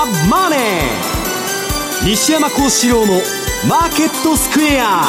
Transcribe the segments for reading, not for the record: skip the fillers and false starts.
マネー。西山孝四郎のマーケットスクエア。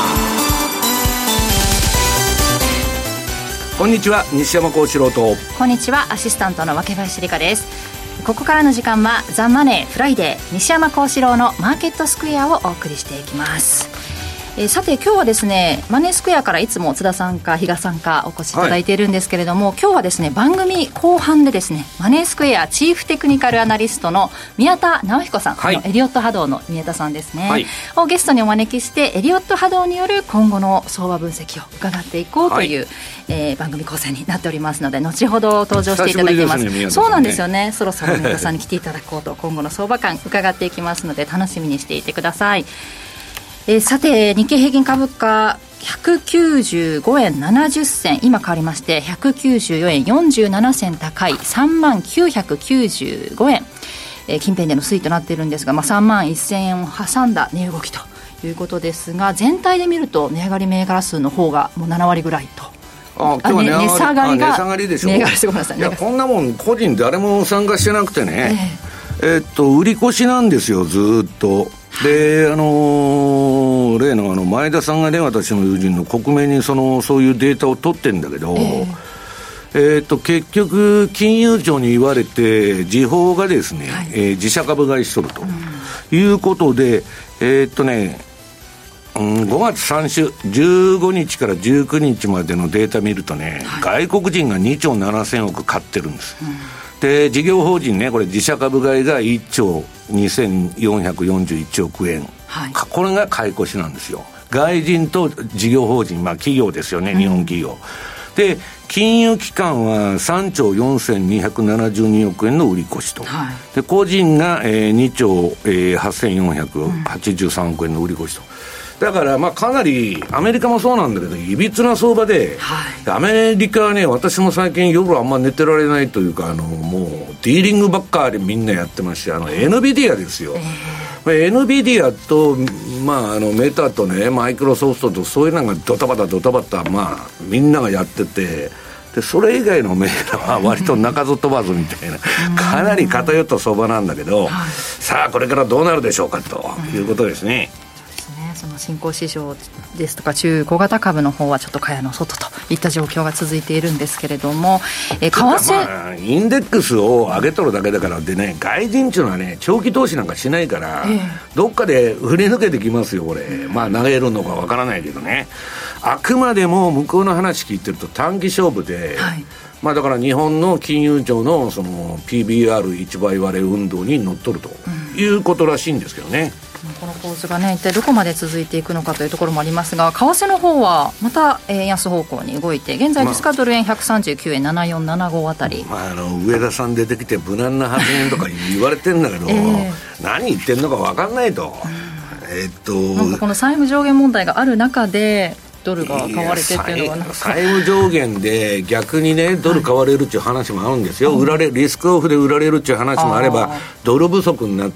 こんにちは、西山孝四郎と。 こんにちは、アシスタントの若林理香です。ここからの時間はザ・マネーフライデー、西山孝四郎のマーケットスクエアをお送りしていきます。さて今日はですね、マネースクエアからいつも津田さんか比嘉さんかお越しいただいているんですけれども、今日はですね、番組後半でですね、マネースクエアチーフテクニカルアナリストの宮田直彦さん、エリオット波動の宮田さんですね、をゲストにお招きして、エリオット波動による今後の相場分析を伺っていこうという、番組構成になっておりますので、後ほど登場していただきます。そうなんですよね、そろそろ宮田さんに来ていただこうと今後の相場感伺っていきますので、楽しみにしていてください。さて日経平均株価195円70銭、今変わりまして194円47銭高い 3995 円、近辺での推移となっているんですが、3万1000円を挟んだ値動きということですが、全体で見ると値上がり銘柄数の方がもう7割ぐらいと。 今日は値下がりが値下がりでしょ。 値上がりしてごめんなさい。 いや、こんなもん個人誰も参加してなくてね、売り越しなんですよ、ずっと。で、例の前田さんがね、私の友人の国名にそういうデータを取ってるんだけど、結局金融庁に言われて時報がですね、自社株買いしとると、いうことで、5月3週15日から19日までのデータ見るとね、外国人が2兆7000億買ってるんです、で事業法人ね、これ自社株買いが1兆2441億円、これが買い越しなんですよ。外人と事業法人、企業ですよね、日本企業で、金融機関は3兆4272億円の売り越しと、で個人が2兆8483億円の売り越しと。だからかなりアメリカもそうなんだけど、いびつな相場で、アメリカはね、私も最近夜あんま寝てられないというか、もうディーリングばっかりみんなやってまして、NVIDIA ですよ、NVIDIA と、メタとね、マイクロソフトと、そういうのがドタバタみんながやってて、でそれ以外の銘柄は割と鳴かず飛ばずみたいな、かなり偏った相場なんだけど、さあこれからどうなるでしょうかということですね。 その新興市場ですとか中小型株の方はちょっと蚊帳の外といった状況が続いているんですけれども、為替、 インデックスを上げとるだけだからでね、外人っていうのはね、長期投資なんかしないから、どっかで振り抜けてきますよこれ。投げるのかわからないけどね、あくまでも向こうの話聞いてると短期勝負で、だから日本の金融庁のその PBR1 倍割れ運動に乗っとるということらしいんですけどね。 この構図がね、一体どこまで続いていくのかというところもありますが、為替の方はまた円安方向に動いて、現在ですか、ドル円139円7475あたり、 上田さん出てきて無難な発言とか言われてるんだけど、何言ってんのか分かんないと、 なんかこの債務上限問題がある中でドルが買われてっていうのはなんか債務上限で逆にね、ドル買われるっていう話もあるんですよ、リスクオフで売られるっていう話もあれば、ドル不足になって、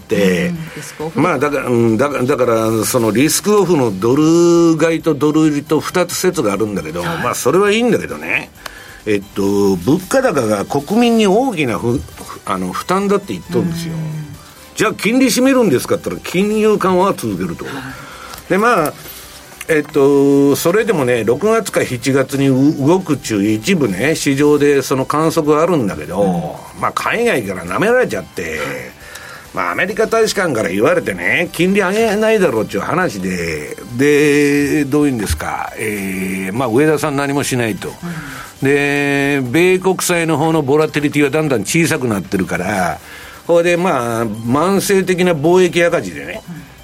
だからそのリスクオフのドル買いとドル売りと2つ説があるんだけど、それはいいんだけどね、物価高が国民に大きな負担だって言っとるんですよ。じゃあ金利締めるんですかって言ったら、金融緩和は続けると。でそれでもね、6月か7月に動く中一部ね、市場でその観測があるんだけど、海外から舐められちゃって、アメリカ大使館から言われてね、金利上げないだろうっていう話で、どういうんですか、上田さん何もしないと、で米国債の方のボラティリティはだんだん小さくなってるから、これで慢性的な貿易赤字でね、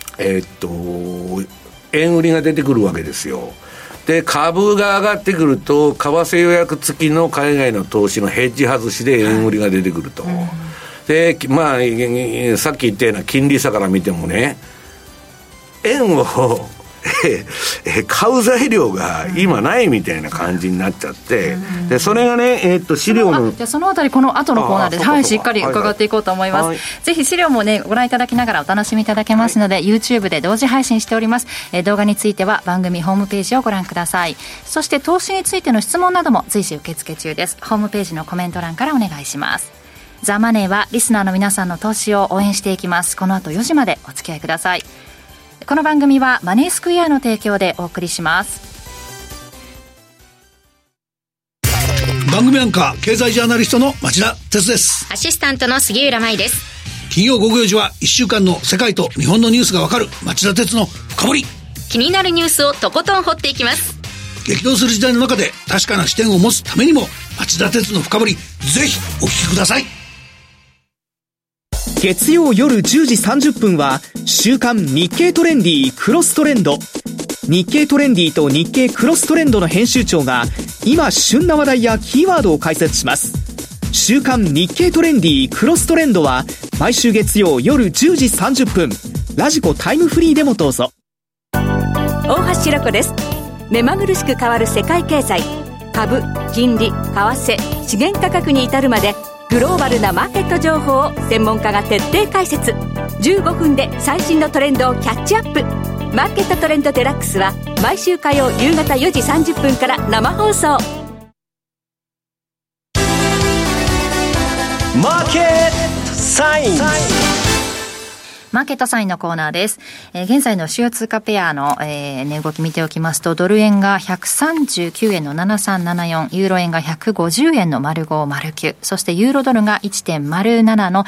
円売りが出てくるわけですよ。で株が上がってくると、為替予約付きの海外の投資のヘッジ外しで円売りが出てくると、でさっき言ったような金利差から見てもね、円を買う材料が今ないみたいな感じになっちゃって、でそれがね、資料のじゃあそのあたりこの後のコーナーで、しっかり伺っていこうと思います、ぜひ資料もねご覧いただきながらお楽しみいただけますので、YouTube で同時配信しております。動画については番組ホームページをご覧ください。そして投資についての質問なども随時受付中です。ホームページのコメント欄からお願いします。 ザ・マネーはリスナーの皆さんの投資を応援していきます。この後4時までお付き合いください。この番組はマネースクエアの提供でお送りします。 番組アンカー経済ジャーナリストの町田哲です。 アシスタントの杉浦舞です。 金曜午後4時は1週間の世界と日本のニュースがわかる町田哲の深掘り。 気になるニュースをとことん掘っていきます。 激動する時代の中で確かな視点を持つためにも町田哲の深掘り、ぜひお聞きください。 月曜夜10時30分は週刊日経トレンディクロストレンド。日経トレンディと日経クロストレンドの編集長が今旬な話題やキーワードを解説します。週刊日経トレンディクロストレンドは毎週月曜夜10時30分ラジコタイムフリーでもどうぞ。 大橋ひろ子です。目まぐるしく変わる世界経済、株、金利、為替、資源価格に至るまでグローバルなマーケット情報を専門家が徹底解説。15分で最新のトレンドをキャッチアップ。マーケットトレンドデラックスは毎週火曜夕方4時30分から生放送。 マーケットサイン。 マーケットサインのコーナーです。現在の主要通貨ペアの、値動き見ておきますと、ドル円が139円の7374、ユーロ円が150円の0509、そしてユーロドルが 1.07 の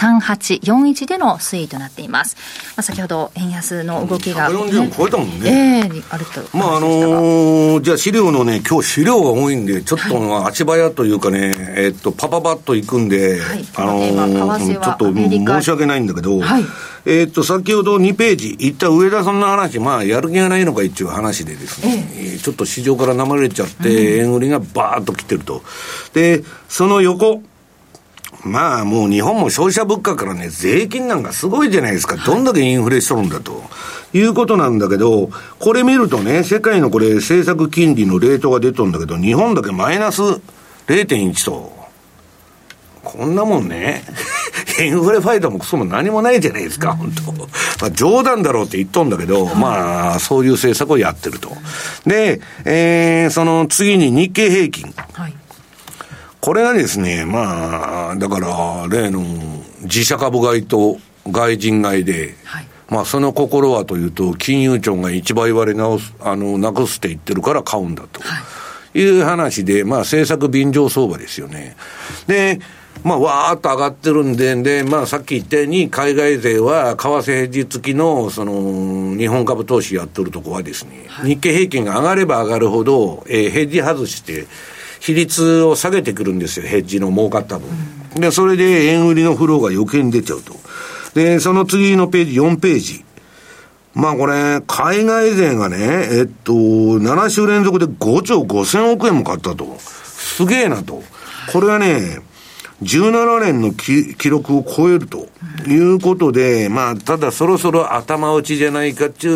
3841での推移となっています。先ほど円安の動きが、 140円超えたもんね。 あると。 じゃあ資料のね、今日資料が多いんで、ちょっと足早というかね、パパッといくんで、 はい、 ちょっと申し訳ないんだけど、 はい、 先ほど2ページ言った上田さんの話、やる気がないのか一応話でですね、ちょっと市場から流れちゃって、円売りがバーッと来てると。で、その横、もう日本も消費者物価からね、税金なんかすごいじゃないですか。どんだけインフレしとるんだと。いうことなんだけど、これ見るとね、世界のこれ政策金利のレートが出とるんだけど、日本だけマイナス 0.1 と。こんなもんね、インフレファイトもクソも何もないじゃないですか、本当。冗談だろうって言っとんだけど、そういう政策をやってると。で、その次に日経平均。はい、これがですね、だから、例の自社株買いと外人買いで、はい、その心はというと、金融庁が1倍割れなくすって言ってるから買うんだと。いう話で、政策便乗相場ですよね。で、わーっと上がってるんで、さっき言ったように、海外勢は、為替ヘッジ付きの、日本株投資やってるとこはですね、はい、日経平均が上がれば上がるほど、ヘッジ外して、比率を下げてくるんですよ、ヘッジの儲かった分。で、それで円売りのフローが余計に出ちゃうと。で、その次のページ、4ページ。これ、海外勢がね、7週連続で5兆5000億円も買ったと。すげえなと。これはね、17年の記録を超えるということで、ただそろそろ頭打ちじゃないかっていう、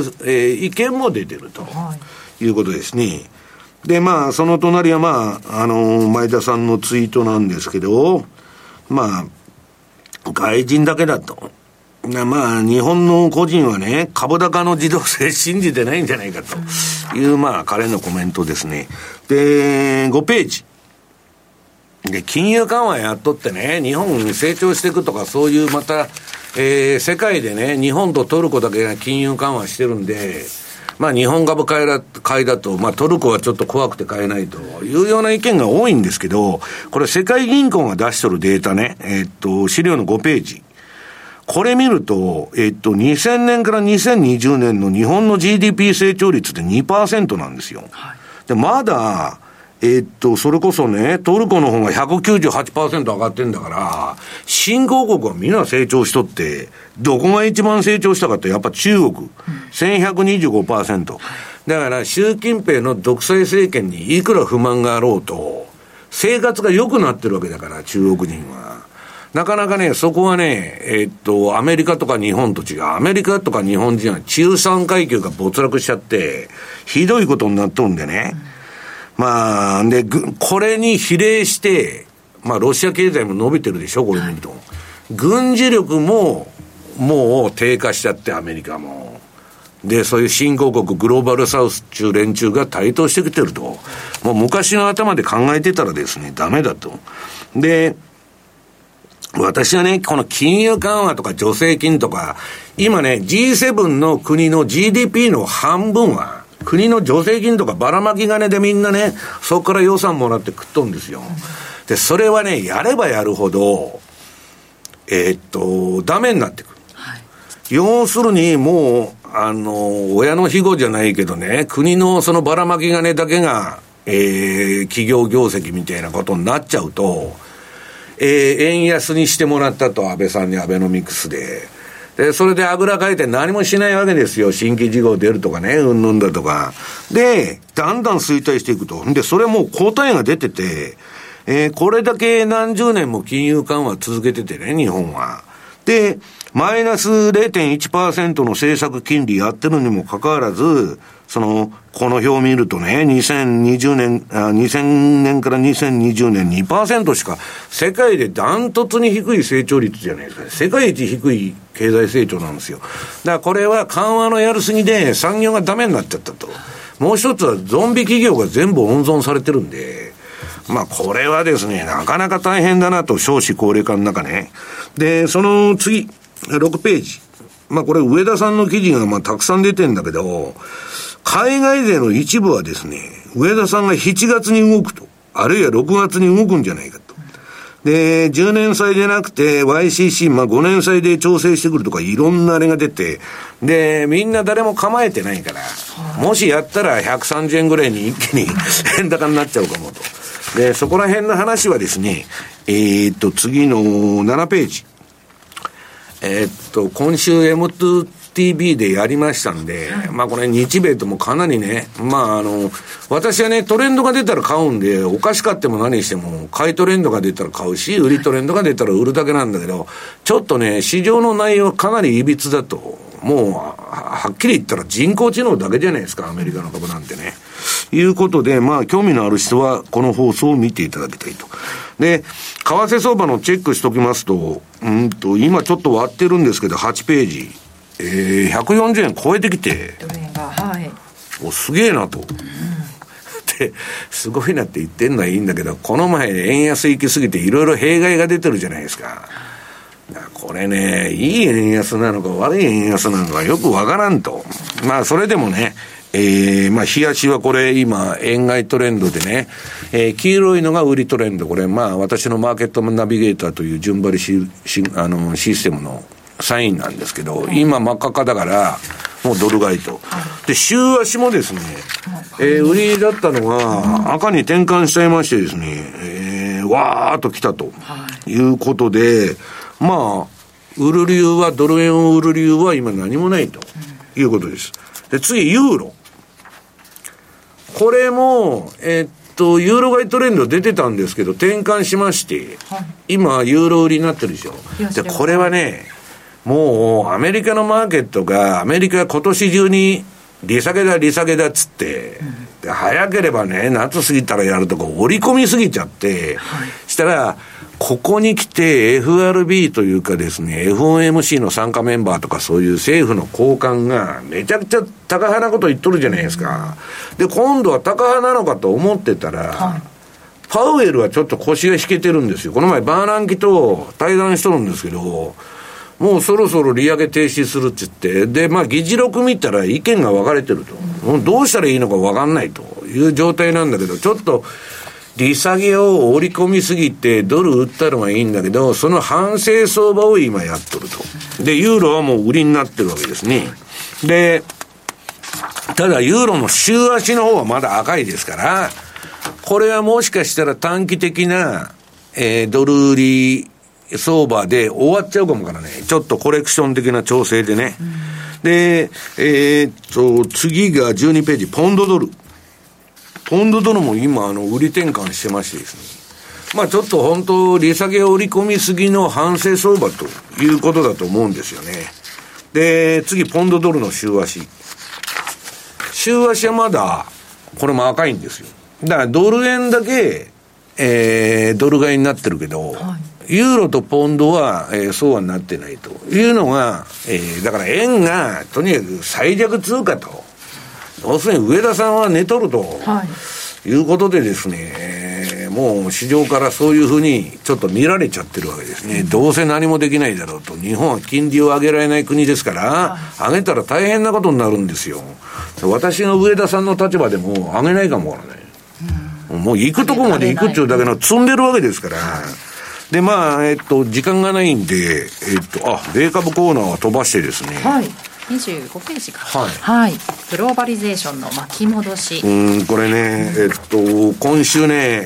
意見も出てるということですね。で、その隣は前田さんのツイートなんですけど、外人だけだと。日本の個人はね、株高の自動性信じてないんじゃないかという、彼のコメントですね。で、5ページ。で、金融緩和やっとってね、日本成長していくとか、そういうまた、世界でね、日本とトルコだけが金融緩和してるんで、日本株買いだと、トルコはちょっと怖くて買えないというような意見が多いんですけど、これ世界銀行が出しとるデータね、資料の5ページ。これ見ると、2000年から2020年の日本の GDP 成長率で 2% なんですよ。はい、で、まだ、それこそね、トルコの方が 198% 上がってんだから、新興国はみんな成長しとって、どこが一番成長したかってやっぱ中国、1125%。だから習近平の独裁政権にいくら不満があろうと、生活が良くなってるわけだから、中国人は。なかなかね、そこはね、アメリカとか日本と違う。アメリカとか日本人は中産階級が没落しちゃって、ひどいことになっとるんでね。で、これに比例して、ロシア経済も伸びてるでしょ、これ見ると。軍事力も、もう低下しちゃって、アメリカも。で、そういう新興国、グローバルサウス中連中が台頭してきてると。もう昔の頭で考えてたらですね、ダメだと。で、 私はね、この金融緩和とか助成金とか、今ね、G7 の国の GDP の半分は、国の助成金とかばらまき金でみんなね、そこから予算もらって食っとんですよ。で、それはね、やればやるほど、ダメになってくる。はい、要するに、もう、親の庇護じゃないけどね、国のそのばらまき金だけが、企業業績みたいなことになっちゃうと、円安にしてもらったと、安倍さんにアベノミクスで。で、それであぐらかいて何もしないわけですよ。新規事業出るとかね、うんぬんだとか。で、だんだん衰退していくと。で、それもう答えが出てて、これだけ何十年も金融緩和続けててね、日本は。で、マイナス 0.1% の政策金利やってるにもかかわらず、この表を見るとね、2020年から2020年 2% しか、世界でダントツに低い成長率じゃないですかね。世界一低い経済成長なんですよ。だからこれは緩和のやるすぎで産業がダメになっちゃったと。もう一つはゾンビ企業が全部温存されてるんで、まあこれはですね、なかなか大変だなと、少子高齢化の中ね。で、その次、6ページ。まあこれ上田さんの記事がまあたくさん出てんだけど、海外勢の一部はですね、上田さんが7月に動くと、あるいは6月に動くんじゃないかと。で、10年債じゃなくて YCC、まあ5年債で調整してくるとかいろんなあれが出て、で、みんな誰も構えてないから、もしやったら130円ぐらいに一気に円高になっちゃうかもと。で、そこら辺の話はですね、次の7ページ。今週 M2TV でやりましたんで、まあこれ日米ともかなりね、まあ私はね、トレンドが出たら買うんで、お菓子買っても何しても、買いトレンドが出たら買うし、売りトレンドが出たら売るだけなんだけど、ちょっとね、市場の内容はかなり歪だと、もう、はっきり言ったら人工知能だけじゃないですか、アメリカの株なんてね。いうことで、まあ、興味のある人は、この放送を見ていただきたいと。で、為替相場のチェックしときますと、今ちょっと割ってるんですけど、8ページ。140円超えてきて、ドル円が、はい。お、すげえなと。で、すごいなって言ってんのはいいんだけど、この前円安行き過ぎていろいろ弊害が出てるじゃないですか。これね、いい円安なのか悪い円安なのかよくわからんと。まあ、それでもね、まあ、日足はこれ今、円買いトレンドでね、黄色いのが売りトレンド。これ、まあ、私のマーケットナビゲーターという順張りシステムのサインなんですけど、今真っ赤っかだから、もうドル買いと。で、週足もですね、売りだったのが赤に転換しちゃいましてですね、わーっと来たということで、まあ、売る理由は、ドル円を売る理由は今何もないということです。で、次、ユーロ。これも、ユーロ買いトレンド出てたんですけど、転換しまして、今、ユーロ売りになってるでしょ。で、これはね、もう、アメリカのマーケットが、アメリカ今年中に、利下げだっつって、で早ければね、夏過ぎたらやるとか、織り込みすぎちゃって、したら、ここに来て FRB というかですね、FOMC の参加メンバーとかそういう政府の高官がめちゃくちゃ高派なこと言っとるじゃないですか。で、今度は高派なのかと思ってたら、パウエルはちょっと腰が引けてるんですよ。この前バーナンキと対談しとるんですけど、もうそろそろ利上げ停止するって言って、で、まあ議事録見たら意見が分かれてると。もうどうしたらいいのか分かんないという状態なんだけど、ちょっと、利下げを織り込みすぎてドル売ったのがいいんだけど、その反省相場を今やっとると。で、ユーロはもう売りになってるわけですね。で、ただユーロの週足の方はまだ赤いですから、これはもしかしたら短期的な、ドル売り相場で終わっちゃうかもからね。ちょっとコレクション的な調整でね。で、次が12ページ、ポンドドル。ポンドドルも今売り転換してましてですね。まあちょっと本当利下げを織り込みすぎの反省相場ということだと思うんですよね。で、次ポンドドルの週足。週足はまだこれも赤いんですよ。だからドル円だけ、ドル買いになってるけど、ユーロとポンドは、そうはなってないというのが、だから円がとにかく最弱通貨と。要するに上田さんは寝とると、いうことでですね、 もう市場からそういうふうにちょっと見られちゃってるわけですね。どうせ何もできないだろうと。日本は金利を上げられない国ですから、上げたら大変なことになるんですよ。私が上田さんの立場でも上げないかもわからない。もう行くとこまで行くっていうだけの積んでるわけですから。で、まあ、時間がないんで、米株コーナーは飛ばしてですね。 はい。25ページから。はい。グローバリゼーションの巻き戻し。 これね、今週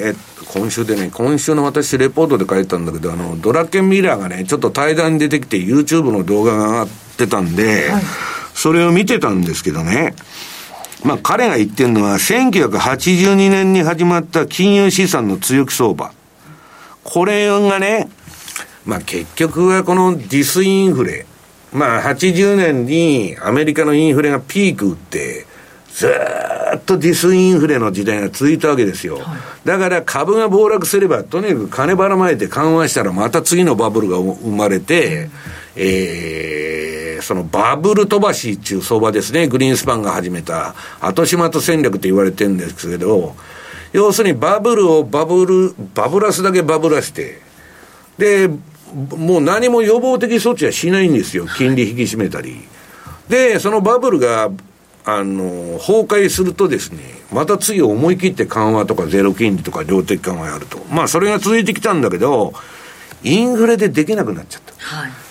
の私レポートで書いたんだけど、ドラッケンミラーがね、ちょっと対談に出てきて YouTube の動画が上がってたんで、それを見てたんですけどね。まあ彼が言ってるのは、1982年に始まった金融資産の強気相場。これがね、まあ結局はこのディスインフレ。まあ80年にアメリカのインフレがピーク打って、ずーっとディスインフレの時代が続いたわけですよ。だから株が暴落すれば、とにかく金ばらまいて緩和したらまた次のバブルが生まれて、そのバブル飛ばしっていう相場ですね。グリーンスパンが始めた後始末戦略って言われてるんですけど、要するにバブルをバブらすだけバブらして、で、もう何も予防的措置はしないんですよ。金利引き締めたり。で、そのバブルが、崩壊するとですね、また次思い切って緩和とかゼロ金利とか量的緩和やると。まあそれが続いてきたんだけど、インフレでできなくなっちゃった。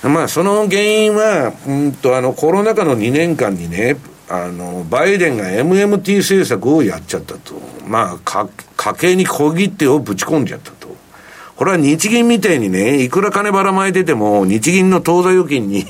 まあその原因は、コロナ禍の2年間にね、バイデンが MMT 政策をやっちゃったと。まあ、家計に小切手をぶち込んじゃったと。これは日銀みたいにね、いくら金ばらまいてても、日銀の当座預金に、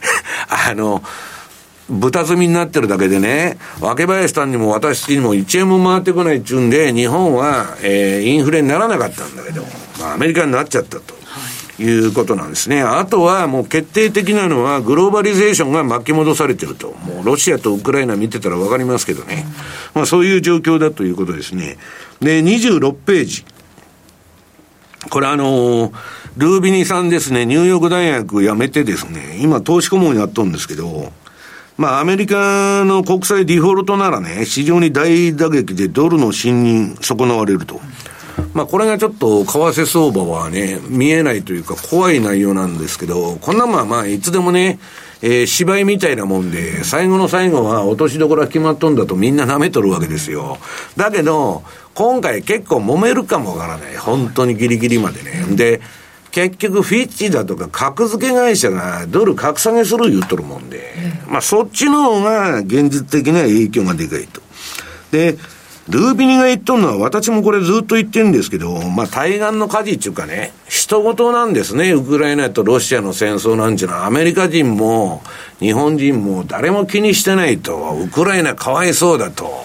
豚積みになってるだけでね、若林さんにも私にも1円も回ってこないっていうんで、日本は、インフレにならなかったんだけど、まあ、アメリカになっちゃったと。いうことなんですね。あとはもう決定的なのはグローバリゼーションが巻き戻されてると。もうロシアとウクライナ見てたらわかりますけどね。まあそういう状況だということですね。で、26ページ。これルービニさんですね、ニューヨーク大学辞めてですね、今投資顧問やっとるんですけど、まあアメリカの国債ディフォルトならね、市場に大打撃でドルの信任損なわれると。まあこれがちょっと為替相場はね、見えないというか怖い内容なんですけど、こんなもんはまあいつでもね、芝居みたいなもんで、最後の最後は落としどころが決まっとんだとみんな舐めとるわけですよ。だけど、今回結構揉めるかもわからない。本当にギリギリまでね。で、結局フィッチだとか格付け会社がドル格下げする言っとるもんで、まあそっちの方が現実的な影響がでかいと。で、ルービニが言っとるのは、私もこれずっと言ってるんですけど、まあ対岸の火事っていうかね、人事なんですね。ウクライナとロシアの戦争なんていうのは、アメリカ人も日本人も誰も気にしてないと、ウクライナかわいそうだと、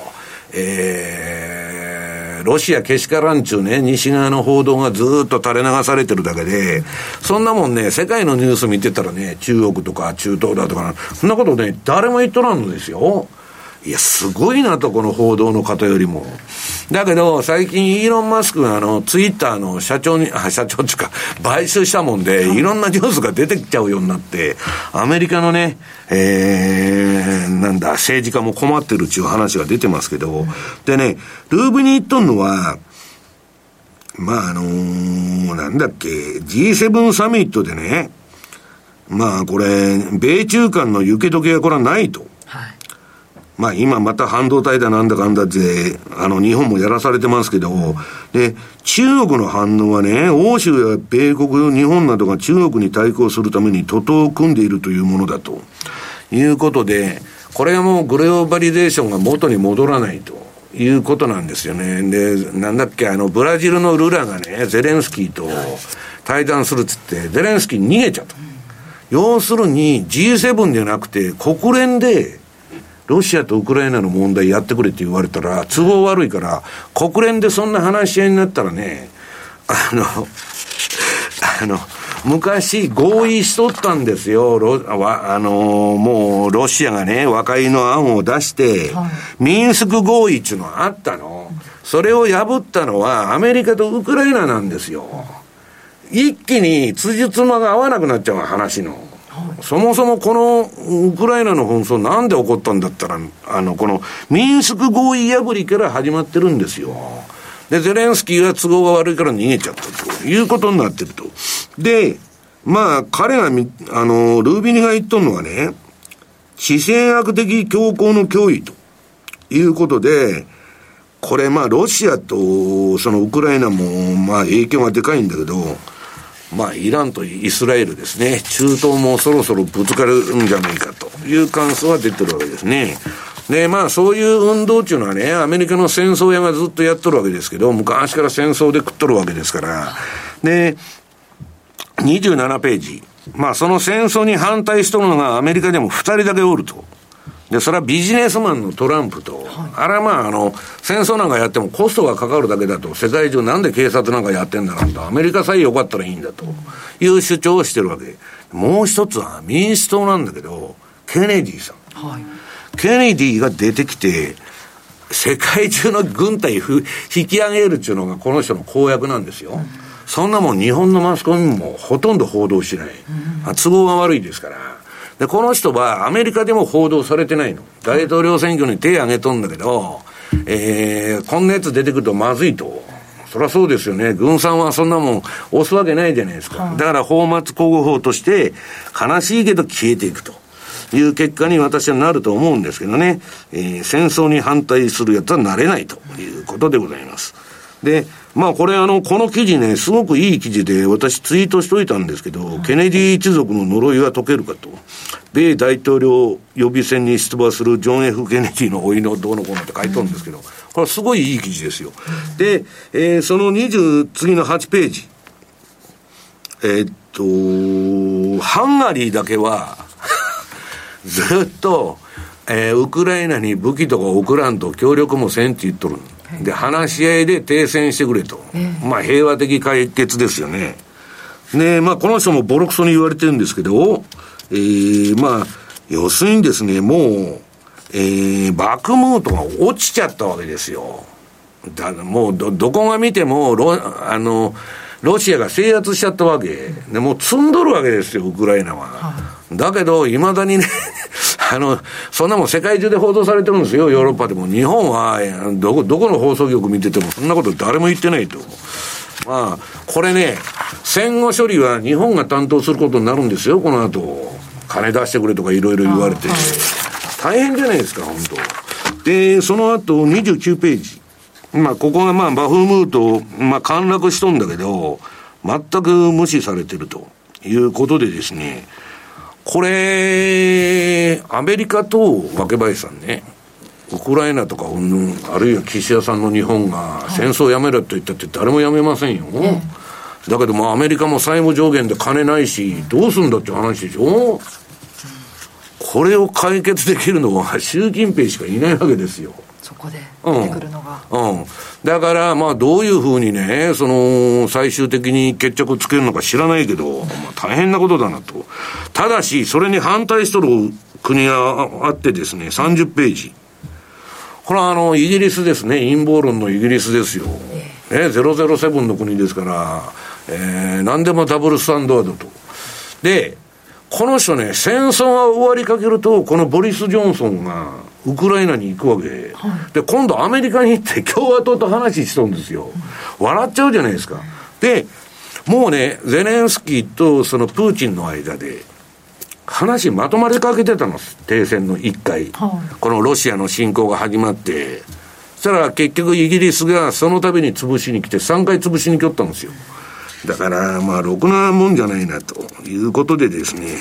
ロシアけしからんちゅうね、西側の報道がずっと垂れ流されてるだけで、そんなもんね、世界のニュース見てたらね、中国とか中東だとか、そんなことね、誰も言っとらんのですよ。いや、すごいなと、この報道の方よりも。だけど、最近イーロン・マスクがツイッターの社長っていうか、買収したもんで、いろんなニュースが出てきちゃうようになって、アメリカのね、政治家も困ってるっていう話が出てますけど、でね、ルーブに言っとんのは、まあG7 サミットでね、まあこれ、米中間の行け時がこれはないと。まあ今また半導体だなんだかんだって日本もやらされてますけど、で中国の反応はね、欧州や米国、日本などが中国に対抗するために徒党を組んでいるというものだということで、これはもうグローバリゼーションが元に戻らないということなんですよね。で、ブラジルのルラがね、ゼレンスキーと対談するっつってゼレンスキー逃げちゃった。要するに G7 じゃなくて国連でロシアとウクライナの問題やってくれって言われたら都合悪いから、国連でそんな話し合いになったらね、昔合意しとったんですよ。もうロシアがね、和解の案を出して、ミンスク合意っていうのがあったの。それを破ったのはアメリカとウクライナなんですよ。一気に辻褄が合わなくなっちゃう話の。そもそもこのウクライナの紛争なんで起こったんだったら、このミンスク合意破りから始まってるんですよ。 で、ゼレンスキーは都合が悪いから逃げちゃったということになってると。で、まあ、彼がルービニが言っとるのはね、地政学的強硬の脅威ということで、これまあ、ロシアとそのウクライナもまあ影響がでかいんだけど、まあ、イランとイスラエルですね、中東もそろそろぶつかるんじゃないかという感想が出てるわけですね。で、まあ、そういう運動っていうのはね、アメリカの戦争屋がずっとやっとるわけですけど、昔から戦争で食っとるわけですから。で、27ページ。まあ、その戦争に反対しとるのがアメリカでも2人だけおると。で、それはビジネスマンのトランプと、あれはまあ、戦争なんかやってもコストがかかるだけだと、世界中なんで警察なんかやってんだなんと、アメリカさえ良かったらいいんだという主張をしてるわけ。もう一つは民主党なんだけど、ケネディさん。はい、ケネディが出てきて、世界中の軍隊引き上げるっていうのがこの人の公約なんですよ。そんなもん日本のマスコミもほとんど報道しない。都合が悪いですから。で、この人はアメリカでも報道されてないの。大統領選挙に手挙げとんだけど、こんなやつ出てくるとまずいと。そりゃそうですよね。軍産はそんなもん押すわけないじゃないですか。だから泡沫保護法として悲しいけど消えていくという結果に私はなると思うんですけどね。戦争に反対するやつはなれないということでございます。で、まあこれこの記事ね、すごくいい記事で私ツイートしといたんですけど、ケネディ一族の呪いは解けるかと。米大統領予備選に出馬するジョン・ F ・ケネディの甥のどうのこうのって書いてるんですけど、これすごいいい記事ですよ。で、その次の8ページ。ハンガリーだけは、ずっと、ウクライナに武器とか送らんと協力もせんって言っとる。で、話し合いで停戦してくれと。まあ、平和的解決ですよね。で、まあ、この人もボロクソに言われてるんですけど、まあ、要するにですね、もう、バクムートが落ちちゃったわけですよ。もうどこが見ても、ロシアが制圧しちゃったわけ。で、もう積んどるわけですよ、ウクライナは。だけど、未だにね、そんなもん世界中で報道されてるんですよ、ヨーロッパでも。日本は、どこの放送局見てても、そんなこと誰も言ってないと。まあ、これね、戦後処理は日本が担当することになるんですよ、この後。金出してくれとかいろいろ言われて。大変じゃないですか、本当。で、その後、29ページ。まあ、ここがまあ、バフムート、まあ、陥落しとんだけど、全く無視されてるということでですね、これ、アメリカと若林さんね、ウクライナとか、あるいは岸田さんの日本が戦争やめろと言ったって誰もやめませんよ。だけどもアメリカも債務上限で金ないし、どうすんだって話でしょ。これを解決できるのは習近平しかいないわけですよ。 そこで出てくるのが。 だから、まあ、どういうふうにね、最終的に決着つけるのか知らないけど、まあ、大変なことだなと。ただし、それに反対しとる国があってですね、30ページ。これはイギリスですね、陰謀論のイギリスですよ。007の国ですから、何でもダブルスタンダードと。で、この人ね、戦争が終わりかけると、このボリス・ジョンソンが、ウクライナに行くわけ、で、今度アメリカに行って共和党と話しとるんですよ。笑っちゃうじゃないですか。で、もうね、ゼレンスキーとそのプーチンの間で、話まとまりかけてたの、停戦の1回。このロシアの侵攻が始まって、そしたら結局イギリスがその度に潰しに来て、3回潰しに来よったんですよ。だから、まあ、ろくなもんじゃないな、ということでですね、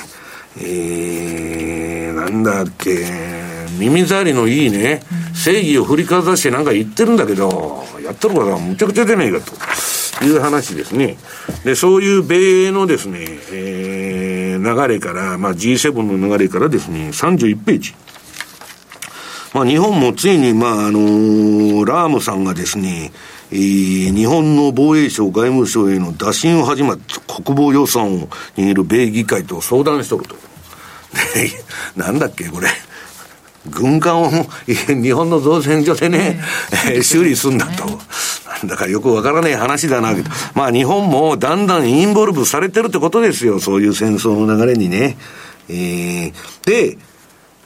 なんだっけ、耳障りのいいね、正義を振りかざしてなんか言ってるんだけど、やってることはむちゃくちゃじゃないかという話ですね。で、そういう米英のですね、流れから、まあ G7 の流れからですね、31ページ。まあ日本もついに、まあラームさんがですね、日本の防衛省外務省への打診を始まって国防予算を握る米議会と相談しとると。で、なんだっけこれ。軍艦を日本の造船所でね、修理するんだと。なんだかよくわからない話だなけど。まあ日本もだんだんインボルブされてるってことですよ。そういう戦争の流れにね。で、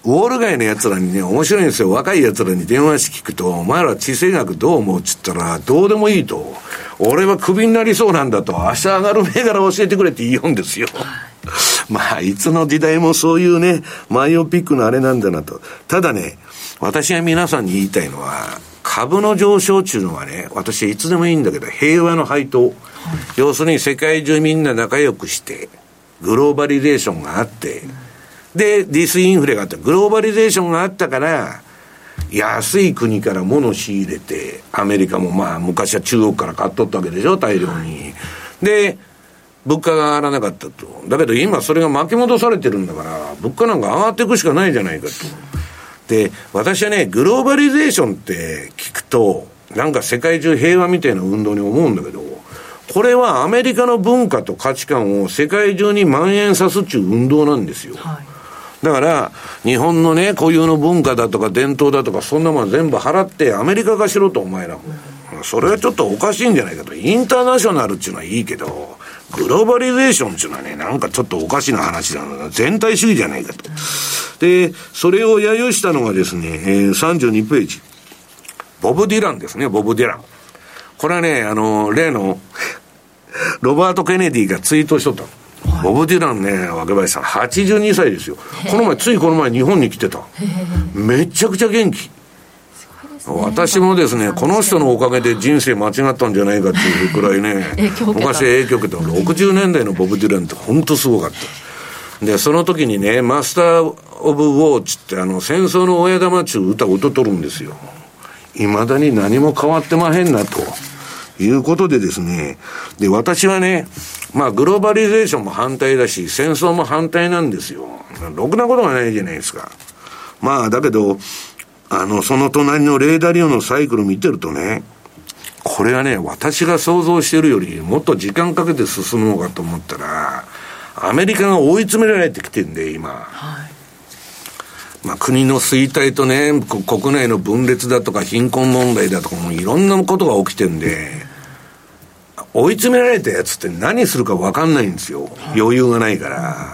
ウォール街の奴らにね、面白いんですよ。若い奴らに電話して聞くと、お前ら地政学どう思うっつったら、どうでもいいと。俺はクビになりそうなんだと。明日上がる銘柄教えてくれって言うんですよ。まあ、いつの時代もそういうね、マイオピックのあれなんだなと。ただね、私が皆さんに言いたいのは、株の上昇っていうのはね、私はいつでもいいんだけど、平和の配当。要するに世界中みんな仲良くして、グローバリゼーションがあって、で、ディスインフレがあって、グローバリゼーションがあったから、安い国から物を仕入れて、アメリカもまあ昔は中国から買っとったわけでしょ、大量に。で、物価が上がらなかったと。だけど今それが巻き戻されてるんだから、物価なんか上がっていくしかないじゃないかと。で、私はね、グローバリゼーションって聞くと、なんか世界中平和みたいな運動に思うんだけど、これはアメリカの文化と価値観を世界中に蔓延さすっちゅう運動なんですよ。はい、だから、日本のね、固有の文化だとか伝統だとか、そんなもん全部払ってアメリカ化しろと、お前らも。それはちょっとおかしいんじゃないかと。インターナショナルっていうのはいいけど、グローバリゼーションっていうのはね、なんかちょっとおかしな話だな。全体主義じゃないかと。で、それを揶揄したのがですね、32ページ。ボブ・ディランですね、ボブ・ディラン。これはね、例の、ロバート・ケネディがツイートしとったの。はい、ボブ・ディランね、若林さん、82歳ですよ。この前日本に来てた。めちゃくちゃ元気。私もですね、この人のおかげで人生間違ったんじゃないかっていうくらいね、昔影響を受けた。60年代のボブ・ディランって本当すごかった。で、その時にね、マスター・オブ・ウォーチって戦争の親玉っていう歌を歌っとるんですよ。未だに何も変わってまへんなということでですね、で、私はね、まあグローバリゼーションも反対だし、戦争も反対なんですよ。ろくなことがないじゃないですか。まあだけど、その隣のレーダーリオのサイクル見てるとね、これはね、私が想像してるよりもっと時間かけて進むのかと思ったら、アメリカが追い詰められてきてるんで、今。はい、まあ国の衰退とね、国内の分裂だとか貧困問題だとかもいろんなことが起きてるんで、追い詰められたやつって何するか分かんないんですよ。余裕がないから。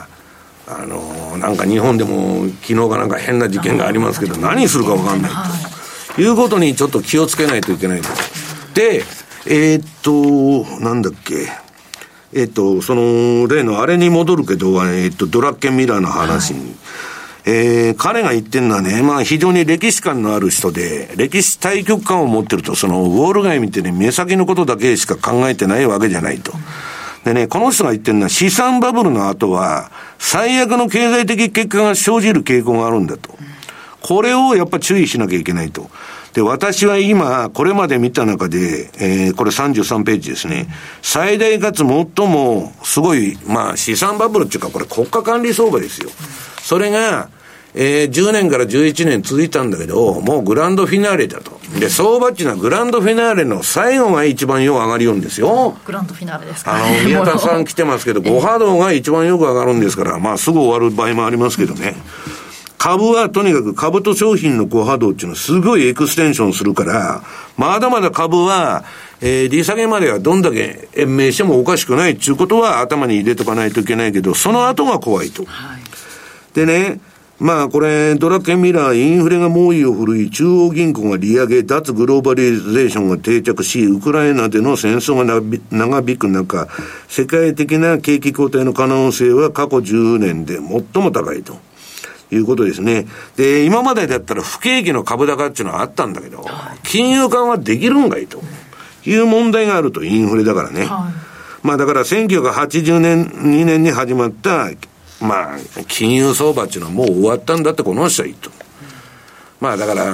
なんか日本でも昨日かなんか変な事件がありますけど、何するか分かんないということにちょっと気をつけないといけないと。で、なんだっけ、その例のあれに戻るけど、ドラッケンミラーの話に、彼が言ってるのはね、まあ非常に歴史観のある人で、歴史対極観を持ってると、そのウォール街見てね、目先のことだけしか考えてないわけじゃないと。でね、この人が言ってるのは、資産バブルの後は、最悪の経済的結果が生じる傾向があるんだと。これをやっぱ注意しなきゃいけないと。で、私は今、これまで見た中で、これ33ページですね。最大かつ最もすごい、まあ資産バブルっていうか、これ国家管理相場ですよ。それが、10年から11年続いたんだけど、もうグランドフィナーレだと。で、相場っていうのはグランドフィナーレの最後が一番よく上がるようんですよ。 グランドフィナーレですか、 宮田さん来てますけど、5波動が一番よく上がるんですから、まあすぐ終わる場合もありますけどね。株はとにかく株と商品の5波動っていうのはすごいエクステンションするから、まだまだ株は、利下げまではどんだけ延命してもおかしくないっていうことは頭に入れとかないといけないけど、その後が怖いと。はい、でね、まあこれ、ドラッケンミラー、インフレが猛威を振るい、中央銀行が利上げ、脱グローバリゼーションが定着し、ウクライナでの戦争が長引く中、世界的な景気後退の可能性は過去10年で最も高いということですね。で、今までだったら不景気の株高っていうのはあったんだけど、金融緩和できるんかいという問題があると、インフレだからね。まあだから1982年に始まった、まあ、金融相場っていうのはもう終わったんだってこの人は言うと。まあだから、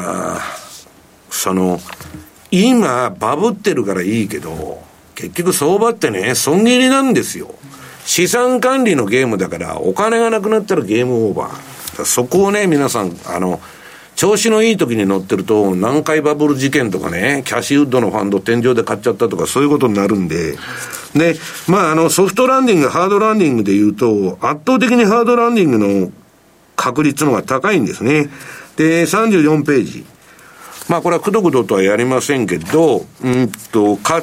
今バブってるからいいけど、結局相場ってね、損切りなんですよ。資産管理のゲームだから、お金がなくなったらゲームオーバー。そこをね、皆さん、調子のいい時に乗ってると、南海バブル事件とかね、キャシーウッドのファンド天井で買っちゃったとか、そういうことになるんで、で、まあソフトランディング、ハードランディングで言うと、圧倒的にハードランディングの確率の方が高いんですね。で、34ページ。まあこれはくどくどとはやりませんけど、買って、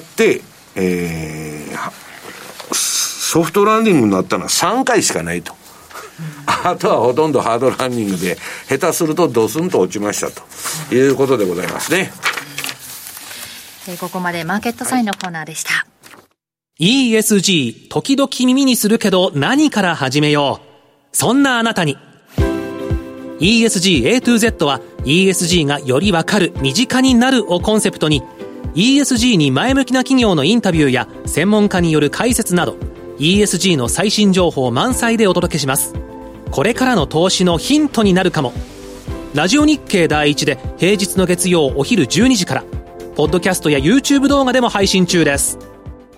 ソフトランディングになったのは3回しかないと。 あとはほとんどハードランニングで、下手するとドスンと落ちましたということでございますね。 ここまでマーケットサインのコーナーでした。 ESG、時々耳にするけど何から始めよう。そんなあなたに。ESG A to Z は ESG がよりわかる、身近になるをコンセプトに、ESG に前向きな企業のインタビューや専門家による解説など ESG の最新情報満載でお届けします。これからの投資のヒントになるかも。ラジオ日経第一で平日の月曜お昼12時から、ポッドキャストや YouTube 動画でも配信中です。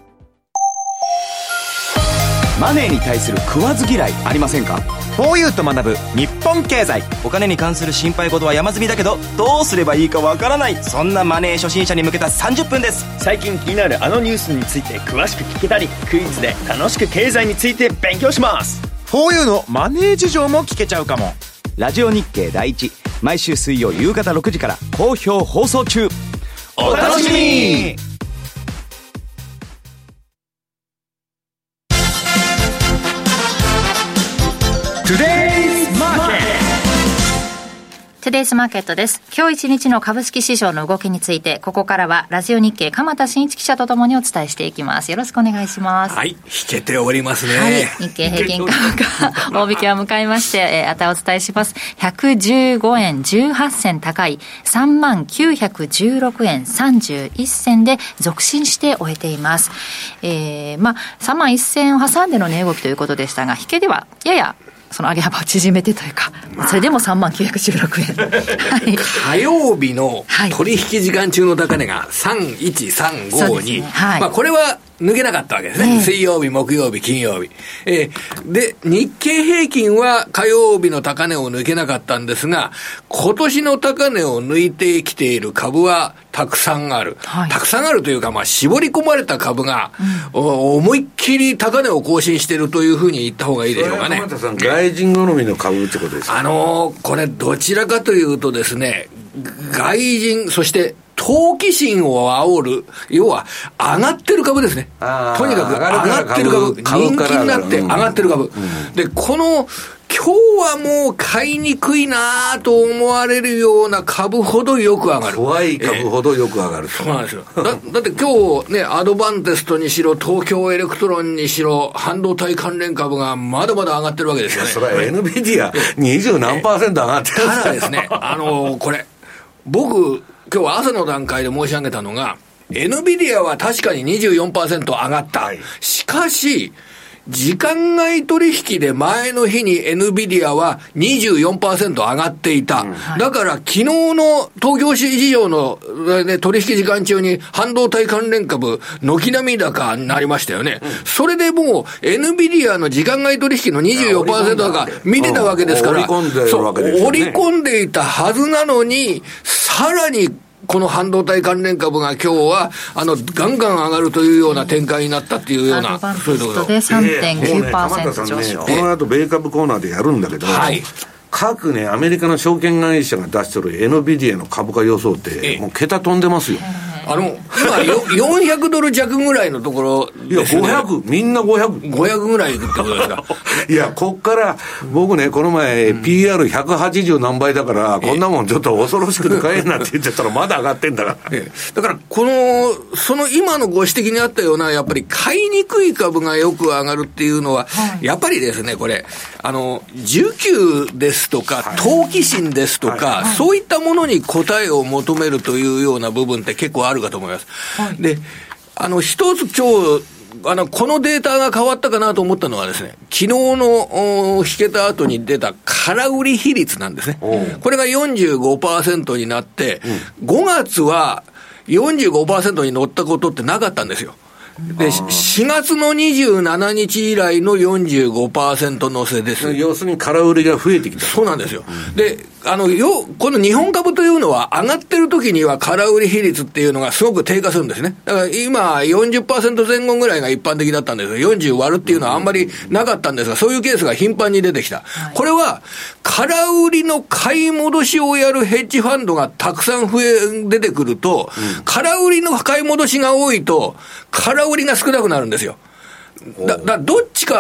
マネーに対する食わず嫌いありませんか？ 4U と学ぶ日本経済。 お金に関する心配事は山積みだけど、どうすればいいかわからない、そんなマネー初心者に向けた30分です。 最近気になるあのニュースについて詳しく聞けたり、クイズで楽しく経済について勉強します。 4U のマネー事情も聞けちゃうかも。ラジオ日経第一、毎週水曜夕方6時から好評放送中。 お楽しみに。 トゥデイズマーケットです。今日一日の株式市場の動きについて、ここからはラジオ日経鎌田新一記者とともにお伝えしていきます。よろしくお願いします。 はい、引けておりますね。 はい、日経平均株価大引けは向かいまして、値をお伝えします。115円18銭高い 3916円31銭で続伸して終えています。3万1000円を挟んでの値動きということでしたが、引けではややその上げ幅を縮めてというか、それでも3916円、はい、 火曜日の取引時間中の高値が31352、はい、これは抜けなかったわけですね。水曜日、木曜日、金曜日。で、日経平均は火曜日の高値を抜けなかったんですが、今年の高値を抜いてきている株はたくさんある。はい、たくさんあるというか、絞り込まれた株が、思いっきり高値を更新しているというふうに言った方がいいでしょうかね。 鎌田さん、外人好みの株ってことですか？ これどちらかというとですね、外人、そして投機心を煽る、要は上がってる株ですね。とにかく上がってる株、人気になって上がってる株。で、今日はもう買いにくいなと思われるような株ほどよく上がる。 怖い株ほどよく上がる。 そうなんですよ。だって今日ね、アドバンテストにしろ、東京エレクトロンにしろ、半導体関連株がまだまだ上がってるわけですよね。 それは NVIDIA 20何%上がってるんですか？ ただですね、これ、僕、今日は朝の段階で申し上げたのが、NVIDIA は確かに 24% 上がった。はい、しかし、時間外取引で前の日に NVIDIA は 24% 上がっていた。だから昨日の東京市場の、取引時間中に半導体関連株、軒並み高になりましたよね。それでもう NVIDIA の時間外取引の 24% 高見てたわけですから、織り込んでいたはずなのに、さらにこの半導体関連株が今日はガンガン上がるというような展開になったっていうような、 そういうところで 3.9% 上昇。 この後米株コーナーでやるんだけど、はい、各ねアメリカの証券会社が出してる NVIDIA の株価予想ってもう桁飛んでますよ。 今400ドル弱ぐらいのところですね。 いや500、みんな500 ぐらいいくってことですか？ いや、こっから僕ね、この前、PR180 何倍だから、こんなもんちょっと恐ろしくて買えなって言ってたらまだ上がってんだから。 だからその今のご指摘にあったような、やっぱり買いにくい株がよく上がるっていうのは、やっぱりですね、これ需給ですとか投機心ですとか、そういったものに答えを求めるというような部分って結構あるかと思います。で、一つ今日このデータが変わったかなと思ったのはですね、昨日の引けた後に出た空売り比率なんですね。これが 45% になって、5月は 45% に乗ったことってなかったんですよ。で、4月の27日以来の 45% 乗せです。 要するに空売りが増えてきた。 そうなんですよ。で、この日本株というのは上がってる時には空売り比率っていうのがすごく低下するんですね。だから今 40% 前後ぐらいが一般的だったんですよ。40割るっていうのはあんまりなかったんですが、そういうケースが頻繁に出てきた。これは空売りの買い戻しをやるヘッジファンドがたくさん出てくると、空売りの買い戻しが多いと空売りが少なくなるんですよ。どっちか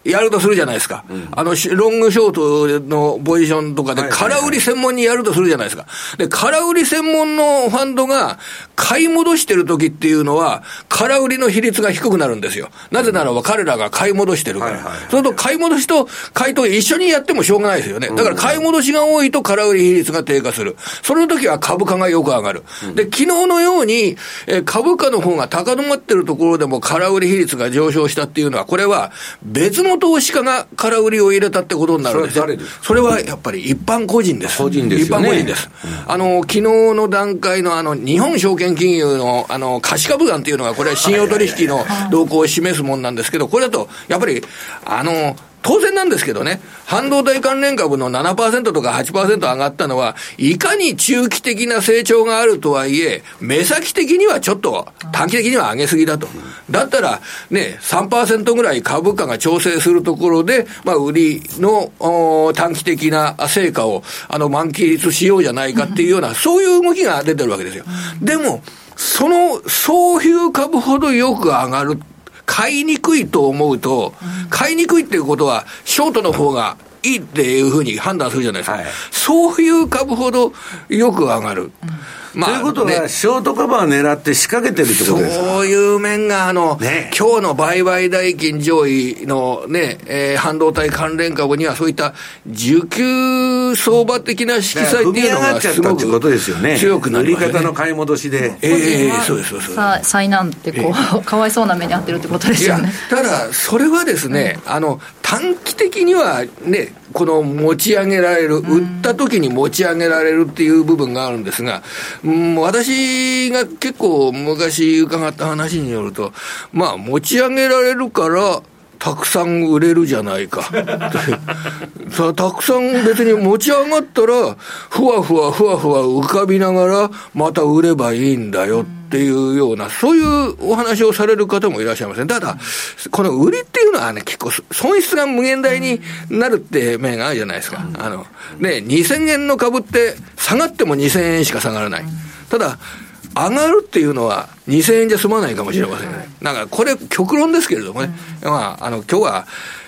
やるとするじゃないですか。ロングショートのポジションとかで空売り専門にやるとするじゃないですか。で、空売り専門のファンドが買い戻してる時っていうのは、空売りの比率が低くなるんですよ。なぜならば彼らが買い戻してるから。それと買い戻しと買いと一緒にやってもしょうがないですよね。だから買い戻しが多いと空売り比率が低下する。その時は株価がよく上がる。で、昨日のように、株価の方が高止まってるところでも空売り比率が上昇したっていうのは、これは別の投資家が空売りを入れたってことになるんですよ。それはやっぱり一般個人です。 個人ですよね。 一般個人です。昨日の段階の日本証券金融の貸し株案っていうのが、これは信用取引の動向を示すもんなんですけど、これだとやっぱり当然なんですけどね、半導体関連株の 7% とか 8% 上がったのは、いかに中期的な成長があるとはいえ、目先的にはちょっと短期的には上げすぎだと。だったらね、3% ぐらい株価が調整するところで、売りの短期的な成果を満喫しようじゃないかっていうような、そういう動きが出てるわけですよ。でも、そういう株ほどよく上がる。買いにくいと思うと、買いにくいっていうことは、ショートの方がいいっていうふうに判断するじゃないですか。そういう株ほどよく上がる。 ということは、ショートカバー狙って仕掛けてるってことですか。 そういう面が今日の売買代金上位の半導体関連株にはそういった需給相場的な色彩っていうのがすごく強くなりますよね。 売り方の買い戻しで。 そうです。 災難ってかわいそうな目に遭ってるってことですよね。 ただ、それはですね、短期的にはね、この持ち上げられる、売った時に持ち上げられるっていう部分があるんですが、私が結構昔伺った話によると、持ち上げられるからたくさん売れるじゃないかたくさん別に持ち上がったらふわふわ浮かびながらまた売ればいいんだよっていうような、そういうお話をされる方もいらっしゃいません。ただこの売りっていうのはね、結構損失が無限大になるって面があるじゃないですか。2000円の株って下がっても2000円しか下がらない。ただ上がるっていうのは2000円じゃ済まないかもしれませんね。なんかこれ極論ですけれどもね、今日は、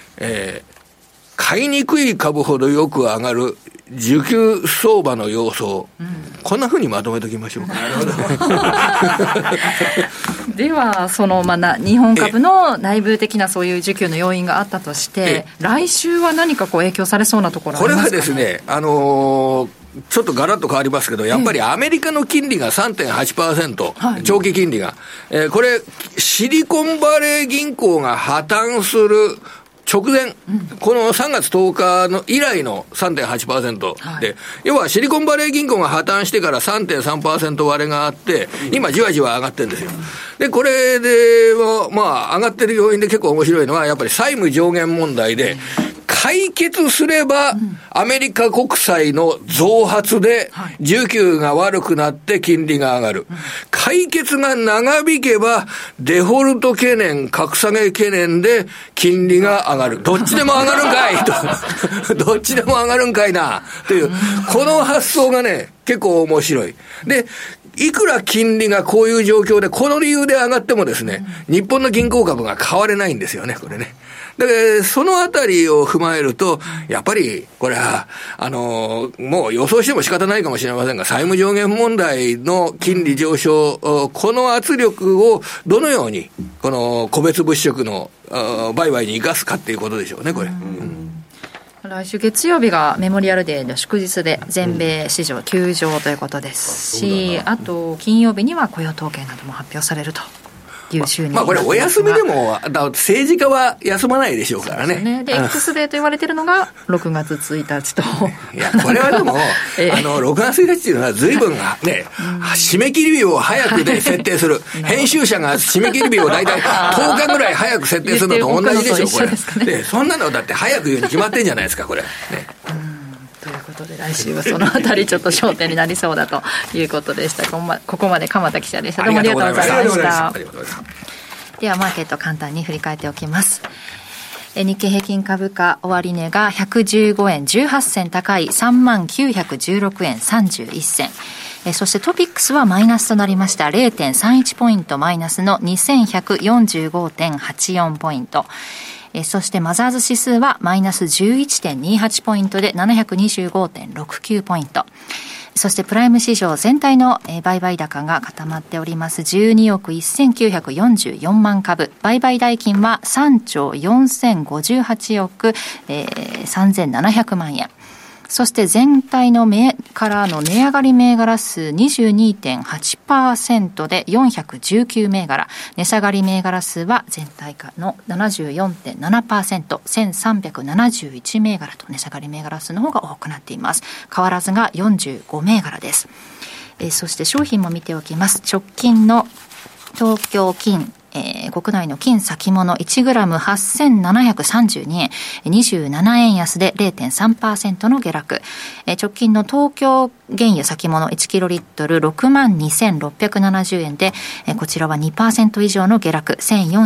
買いにくい株ほどよく上がる需給相場の要素、こんな風にまとめておきましょうか。なるほどでは日本株の内部的なそういう需給の要因があったとして、来週は何か影響されそうなところありますか？ これはですね、ちょっとガラッと変わりますけど、やっぱりアメリカの金利が 3.8%、長期金利が、これシリコンバレー銀行が破綻する直前、この3月10日の以来の 3.8% で、要はシリコンバレー銀行が破綻してから 3.3% 割れがあって、今じわじわ上がってるんですよ。で、これで上がってる要因で結構面白いのは、やっぱり債務上限問題で、解決すれば、アメリカ国債の増発で、需給が悪くなって金利が上がる。解決が長引けば、デフォルト懸念、格下げ懸念で、金利が上がる。どっちでも上がるんかいと。どっちでも上がるんかいな。という、この発想がね、結構面白い。で、いくら金利がこういう状況で、この理由で上がってもですね、日本の銀行株が買われないんですよね、これね。で、そのあたりを踏まえると、やっぱり、これは、もう予想しても仕方ないかもしれませんが、債務上限問題の金利上昇、この圧力をどのように、この個別物色の売買に生かすかっていうことでしょうね、これ。 来週月曜日がメモリアルデーの祝日で全米市場休場ということですし、あと金曜日には雇用統計なども発表されるという週に、 これお休みでも政治家は休まないでしょうからね。 で X デーと言われているのが6月1日といやこれはでも、6月1日っていうのは随分ね、締め切り日を早くで設定する編集者が締め切り日を大体10日ぐらい早く設定するのと同じでしょこれ。でそんなのだって早く言うに決まってんじゃないですかこれね。 ということで来週はそのあたりちょっと焦点になりそうだということでした。ここまで鎌田記者でした。どうもありがとうございました。ではマーケット簡単に振り返っておきます。日経平均株価終値が115円18銭高い 3916 円31銭。そしてトピックスはマイナスとなりました。 0.31 ポイントマイナスの 2145.84 ポイント。 そしてマザーズ指数はマイナス 11.28 ポイントで 725.69 ポイント。そしてプライム市場全体の売買高が固まっております12億1944万株。売買代金は3兆4058億3700万円。そして全体の銘柄の値上がり銘柄数 22.8% で419銘柄。値下がり銘柄数は全体の 74.7%、1371銘柄と値下がり銘柄数の方が多くなっています。変わらずが45銘柄です。そして商品も見ておきます。直近の東京金国内の金先物 1g8732 円27円安で 0.3% の下落。直近の東京原油先物1キロリットル 62,670 円でこちらは 2% 以上の下落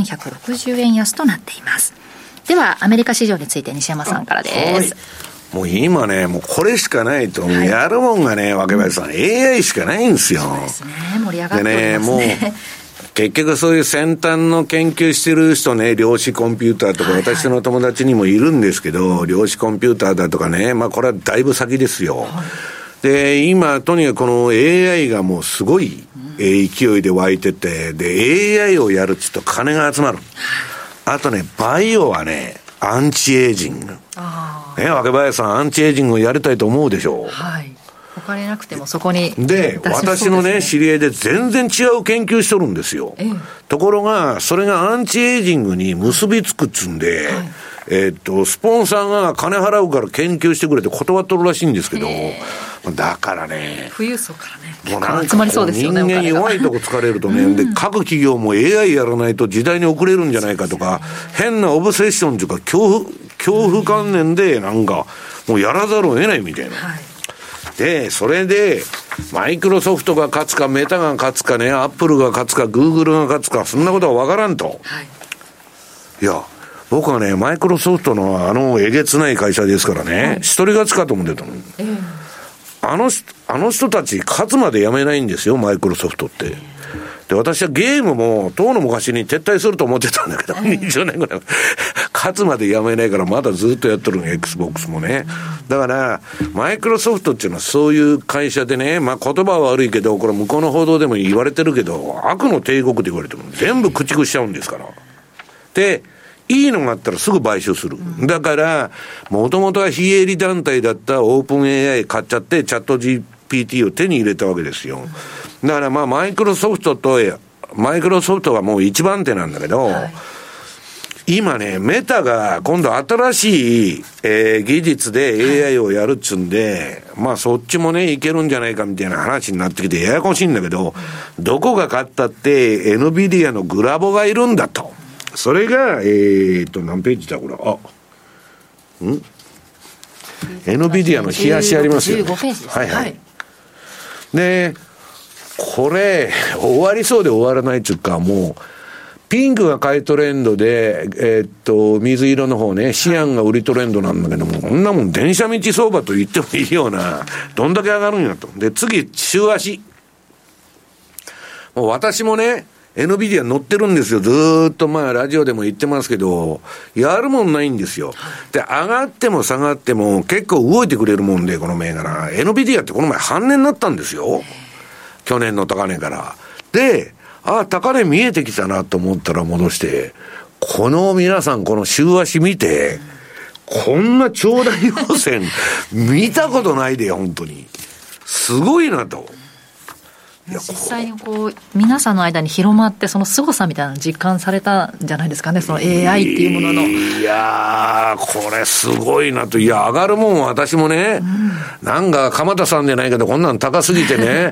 1460円安となっています。ではアメリカ市場について西山さんからです。 もう今ね、もうこれしかないと、やるもんがね、若林さん、AI しかないんですよ。 そうですね、盛り上がっておりますね。 もう結局そういう先端の研究してる人ね、量子コンピューターとか、私の友達にもいるんですけど、量子コンピューターだとかね、まあこれはだいぶ先ですよ。で、今、とにかくこの AI がもうすごい勢いで湧いてて、で、AI をやるっつうと金が集まる。あとね、バイオはね、アンチエイジング。ね、若林さん、アンチエイジングをやりたいと思うでしょう。 はい。お金なくてもそこにで、私のね、知り合いで全然違う研究しとるんですよ。ところが、それがアンチエイジングに結びつくっつんで、スポンサーが金払うから研究してくれて断っとるらしいんですけど、だからね、 富裕層からね、もうなんか集まりそうですよね。 人間弱いとこ疲れるとね、で、各企業も AI やらないと時代に遅れるんじゃないかとか、変なオブセッションというか、恐怖観念でなんか、もうやらざるを得ないみたいな。で、それで、マイクロソフトが勝つか、メタが勝つかね、アップルが勝つか、グーグルが勝つか、そんなことは分からんと。いや、僕はね、マイクロソフトのえげつない会社ですからね、一人勝つかと思ってたの。あの人たち勝つまでやめないんですよ、マイクロソフトって。で、私はゲームも、遠の昔に撤退すると思ってたんだけど、20年ぐらい。勝つまでやめないから、まだずっとやってるの、Xbox もね。だから、マイクロソフトっていうのはそういう会社でね、まあ言葉は悪いけど、これ向こうの報道でも言われてるけど、悪の帝国って言われてるの。全部駆逐しちゃうんですから。で、いいのがあったらすぐ買収する。だから、もともとは非営利団体だったオープン AI 買っちゃって、チャット GPT を手に入れたわけですよ。だからまあマイクロソフトがもう一番手なんだけど、今ね、メタが今度新しい、技術で AI をやるっつんで、まあそっちもね、いけるんじゃないかみたいな話になってきてややこしいんだけど、どこが勝ったって NVIDIA のグラボがいるんだと。それが、何ページだこれ。NVIDIA の冷やしありますよ、ね。 15ページですね。 はいはい。で、これ、終わりそうで終わらないっていうか、もう、ピンクが買いトレンドで、水色の方ね、シアンが売りトレンドなんだけども、こんなもん電車道相場と言ってもいいような、どんだけ上がるんやと。で、次、週足。もう私もね、NVIDIA 乗ってるんですよ。ずーっとまあラジオでも言ってますけど、やるもんないんですよ。で、上がっても下がっても結構動いてくれるもんで、この銘柄。NVIDIA ってこの前半値になったんですよ。去年の高値から。で、高値見えてきたなと思ったら戻して、この皆さんこの週足見て、こんな長大陽線見たことないでよ、本当に。すごいなと。 実際にこう皆さんの間に広まってその凄さみたいなの実感されたんじゃないですかね、その AI っていうものの。 いやー、これすごいなと。いや、上がるもん私もね、なんか鎌田さんじゃないけどこんなん高すぎてね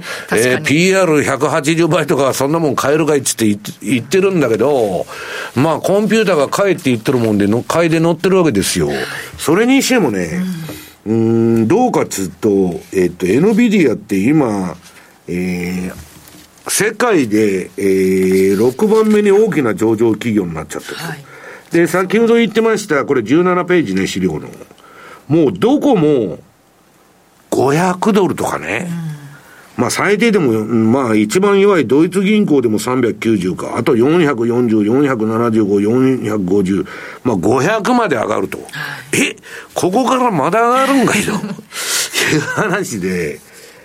PR180 倍とかそんなもん買えるかいっつって言ってるんだけど、まあコンピューターが買えって言ってるもんで買いで乗ってるわけですよ。それにしてもね、どうかっつうとNVIDIA って今世界で、6番目に大きな上場企業になっちゃってる、で、先ほど言ってました、これ17ページね、資料の。もうどこも500ドルとかね、 まあ最低でも、まあ一番弱いドイツ銀行でも390か、あと440、475、450、まあ500まで上がると。ここからまだ上がるんかいという話で、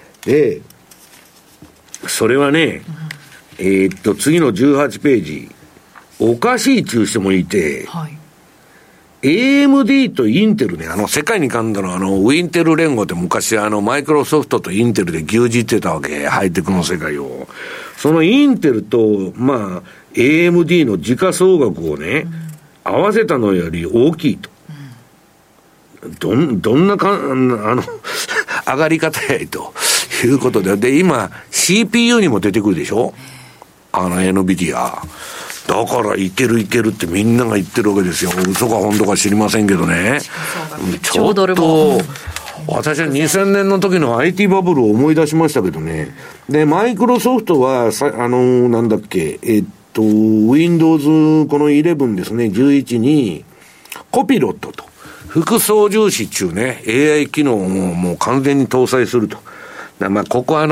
それはね、次の18ページ、おかしい中してもいて、はい、AMD とインテルね、世界にかんだのウインテル連合って昔マイクロソフトとインテルで牛耳ってたわけ、ハイテクの世界を。そのインテルと、まあ、AMD の時価総額をね、合わせたのより大きいと。どんな上がり方やいということで。で、今、CPU にも出てくるでしょNVIDIA。だからいけるってみんなが言ってるわけですよ。嘘か本当か知りませんけどね。ちょっと私は2000年の時の IT バブルを思い出しましたけどね。でマイクロソフトはなんだっけWindows この11ですね、11にコピロットと副操縦士中ね AI 機能をもう完全に搭載すると。まあ、ここ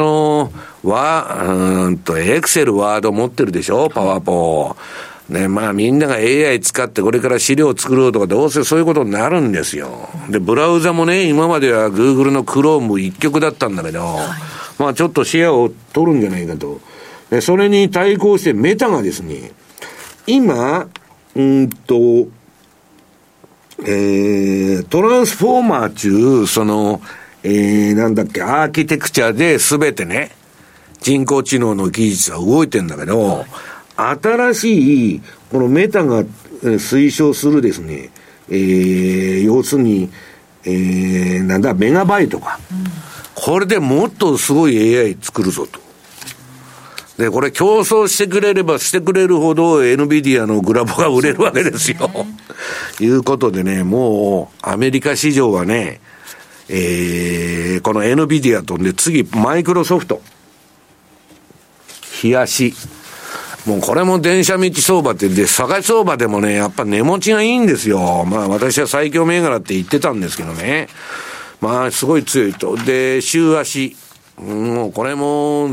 エクセル、ワード持ってるでしょ、パワポ。ね、まあみんなが AI 使ってこれから資料を作ろうとかどうせそういうことになるんですよ。で、ブラウザもね、今までは Google の Chrome 一極だったんだけど、まあちょっとシェアを取るんじゃないかと。で、それに対抗してメタがですね、今、トランスフォーマー中、なんだっけ、アーキテクチャで全てね、人工知能の技術は動いてんだけど、新しい、このメタが推奨するですね、要するに、メガバイトか。これでもっとすごい AI 作るぞと。で、これ競争してくれればしてくれるほど NVIDIA のグラボが売れるわけですよ。いうことでね、もうアメリカ市場はね、この NVIDIA とで次マイクロソフト冷やし、もうこれも電車道相場ってで探し相場でもねやっぱ値持ちがいいんですよ。まあ私は最強銘柄って言ってたんですけどね、まあすごい強いと。で週足、もうこれも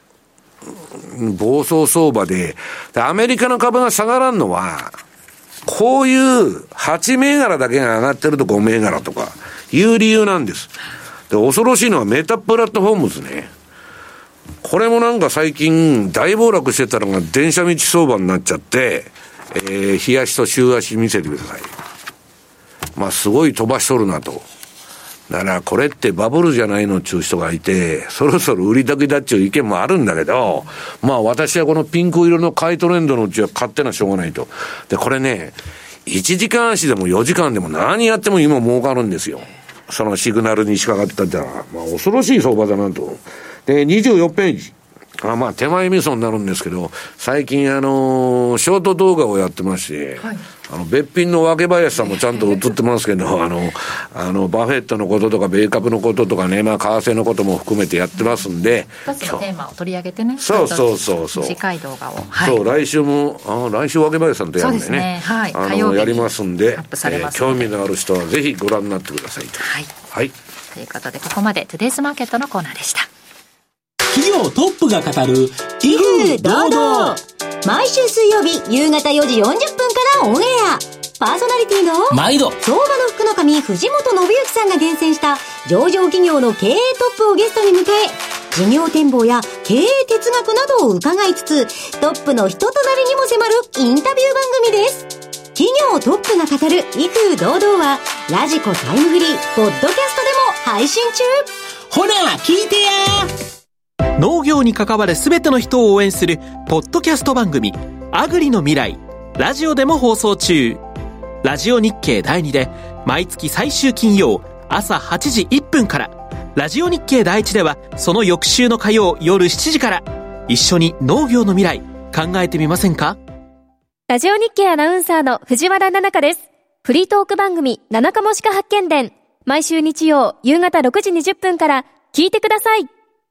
暴走相場でアメリカの株が下がらんのはこういう8銘柄だけが上がってると5銘柄とかいう理由なんです。で、恐ろしいのはメタプラットフォームズね。これもなんか最近大暴落してたのが電車道相場になっちゃって、日足と週足見せてください。まあすごい飛ばしとるなと。だからこれってバブルじゃないのっちゅう人がいて、そろそろ売り時だっちゅう意見もあるんだけど、まあ私はこのピンク色の買いトレンドのうちは買ってのはしょうがないと。で、これね、1時間足でも4時間でも何やっても今儲かるんですよ。そのシグナルに仕掛かったってのは、まあ恐ろしい相場だなと。で、24ページ。まあ手前味噌になるんですけど、最近ショート動画をやってまして、はい、別品の若林さんもちゃんと映ってますけど、バフェットのこととか米株のこととかね、まあ為替のことも含めてやってますんで、 一つのテーマを取り上げてね、 そう短い動画を、 はい、そう来週若林さんとやるんでね、 はい、火曜日やりますんで、興味のある人はぜひご覧になってくださいと。 はい、 はい、 ということでここまでトゥデイズマーケットのコーナーでした。 企業トップが語る威風堂々、 毎週水曜日夕方4時40分からオンエア。パーソナリティの毎度相場の福の神藤本信之さんが厳選した上場企業の経営トップをゲストに迎え、事業展望や経営哲学などを伺いつつ、トップの人となりにも迫るインタビュー番組です。企業トップが語る威風堂々はラジコタイムフリーポッドキャストでも配信中。 ほら聞いてや。 農業に関わる全ての人を応援するポッドキャスト番組アグリの未来、ラジオでも放送中。ラジオ日経第2で毎月最終金曜朝8時1分から、ラジオ日経第1ではその翌週の火曜夜7時から、一緒に農業の未来考えてみませんか。 ラジオ日経アナウンサーの藤原奈々香です。フリートーク番組七カモシカ発見伝、毎週日曜夕方6時20分から聞いてください。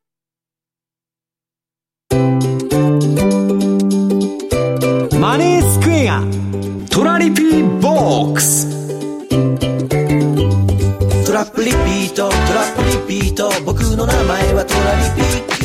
マネースクエアトラリピーボックス。 トラップリピートトラップリピート、僕の名前はトラリピ。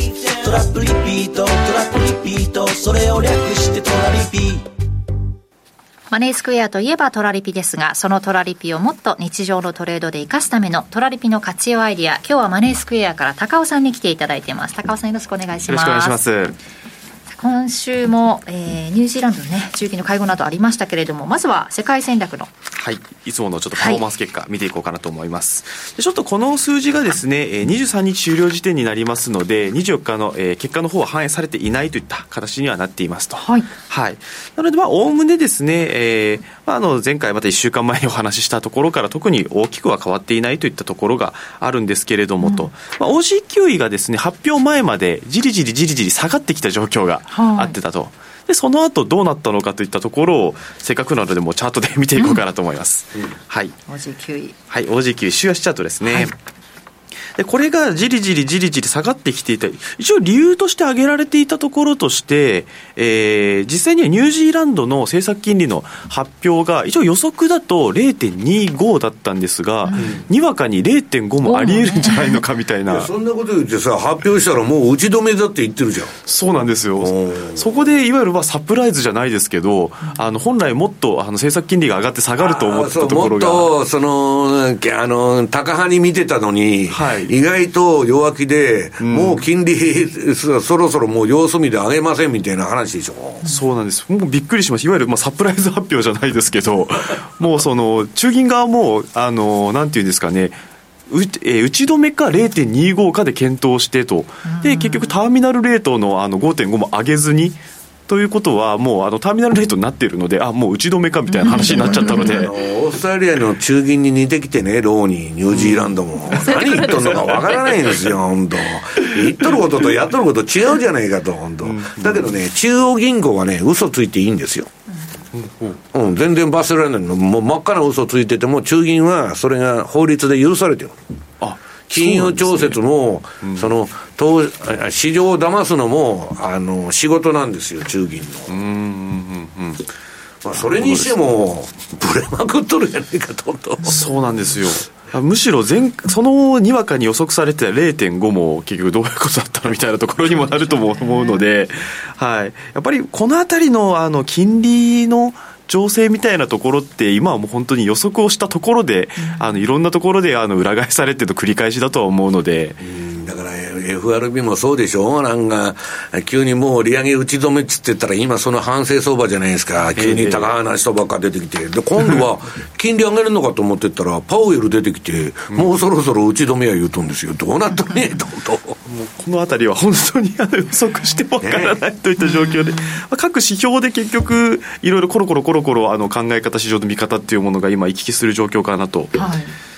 トラップリピートトラップリピート、それを略してトラリピ。 マネースクエアといえばトラリピですが、そのトラリピをもっと日常のトレードで活かすためのトラリピの活用アイディア、今日はマネースクエアから高尾さんに来ていただいています。高尾さん、よろしくお願いします。 よろしくお願いします。 今週も、ニュージーランドのね、中期の会合などありましたけれども、まずは世界戦略の、 はい、いつものちょっとパフォーマンス結果見ていこうかなと思います。でちょっとこの数字がですね、23日終了時点になりますので、24日の、結果の方は反映されていないといった形にはなっていますと。はい。はい。なので、おおむねですね、前回また1週間前にお話ししたところから特に大きくは変わっていないといったところがあるんですけれどもと、OG9 位がですね、発表前までじりじり下がってきた状況があってたと。でその後どうなったのかといったところをせっかくなのでもうチャートで見ていこうかなと思います。はい。 OG9 位。 はい、OG9 位週足チャートですね。はい、でこれがじりじり下がってきていた、一応理由として挙げられていたところとして、実際にはニュージーランドの政策金利の発表が一応予測だと 0.25 だったんですが、にわかに 0.5 もあり得るんじゃないのかみたいな。 そんなこと言ってさ、発表したらもう打ち止めだって言ってるじゃん。 そうなんですよ。そこでいわゆるサプライズじゃないですけど、本来もっと政策金利が上がって下がると思ったところが、 もっと高派に見てたのに、はい、意外と弱気で、もう金利そろそろもう様子見で上げませんみたいな話でしょ。 そうなんです。もうびっくりしました。いわゆるサプライズ発表じゃないですけどもうその中銀側もなんていうんですかね、打ち止めか 0.25 かで検討してと。で結局ターミナルレートの5.5 も上げずにということはもうターミナルレートになっているので、もう打ち止めかみたいな話になっちゃったのでオーストラリアの中銀に似てきてね、ローにニュージーランドも、何言っとんのかわからないんですよ本当。言っとることとやっとること違うじゃないかと本当。だけどね、中央銀行はね嘘ついていいんですよ。全然罰せられないの。もう真っ赤な嘘ついてても中銀はそれが法律で許されてる。金融調節も、その市場を騙すのも仕事なんですよ、中銀の。それにしてもブレまくっとるじゃないかと。 そうなんですよ。むしろそのにわかに予測されてた 0.5 も結局どういうことだったのみたいなところにもなると思うので、はい、やっぱりこのあたりの金利の情勢みたいなところって今はもう本当に予測をしたところで、いろんなところで裏返されてる繰り返しだとは思うので、 だから FRB もそうでしょ。なんか急にもう利上げ打ち止めっつってたら今その反省相場じゃないですか。急に高い人ばっか出てきて、で今度は金利上げるのかと思ってたらパウエル出てきて、もうそろそろ打ち止めは言うとんですよ。どうなっとんねえと。もうこのあたりは本当に予測してもわからないといった状況で、各指標で結局いろいろコロコロ考え方、市場の見方っていうものが今行き来する状況かなと。はい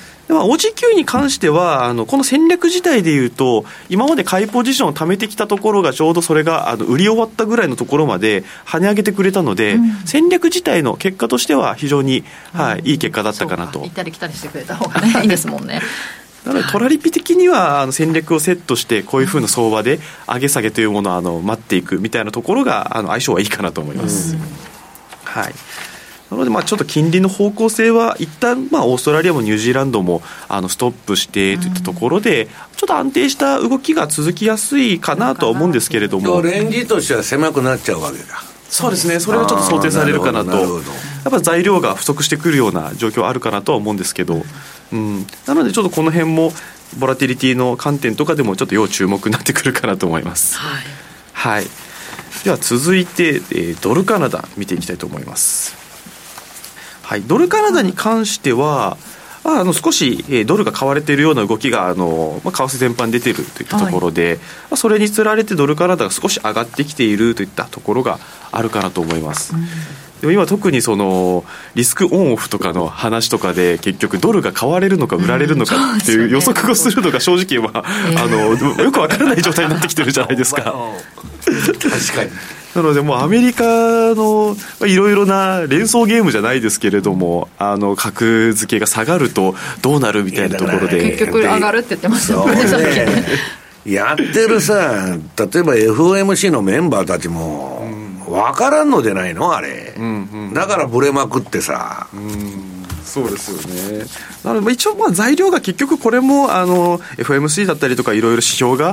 。OG9 に関してはこの戦略自体でいうと、今まで買いポジションを貯めてきたところがちょうどそれが売り終わったぐらいのところまで跳ね上げてくれたので、戦略自体の結果としては非常に、いい結果だったかなと。 行ったり来たりしてくれた方がねいいですもんね。 なのでトラリピ的には戦略をセットしてこういう風な相場で上げ下げというものを待っていくみたいなところが相性はいいかなと思います。はい。なのでちょっと金利の方向性は一旦オーストラリアもニュージーランドもストップしてといったところで、ちょっと安定した動きが続きやすいかなとは思うんですけれども、 レンジとしては狭くなっちゃうわけだ。 そうですね。それがちょっと想定されるかなと。やっぱ材料が不足してくるような状況あるかなとは思うんですけど、なのでちょっとこの辺もボラティリティの観点とかでもちょっと要注目になってくるかなと思います。はい、はい。では続いて、ドルカナダ見ていきたいと思います。はい、ドルカナダに関しては少しドルが買われているような動きが為替全般出ているといったところで、それにつられてドルカナダが少し上がってきているといったところがあるかなと思います。でも今特にそのリスクオンオフとかの話とかで結局ドルが買われるのか売られるのかっていう予測をするのが正直よくわからない状態になってきてるじゃないですか。 確かに。 なのでもうアメリカのいろいろな連想ゲームじゃないですけれども、格付けが下がるとどうなるみたいなところで、 結局上がるって言ってましたもんね。 やってるさ、例えば FOMC のメンバーたちも分からんのじゃないのあれ、だからブレまくってさ、 そうですよね。なので一応材料が結局これもFOMC だったりとかいろいろ指標が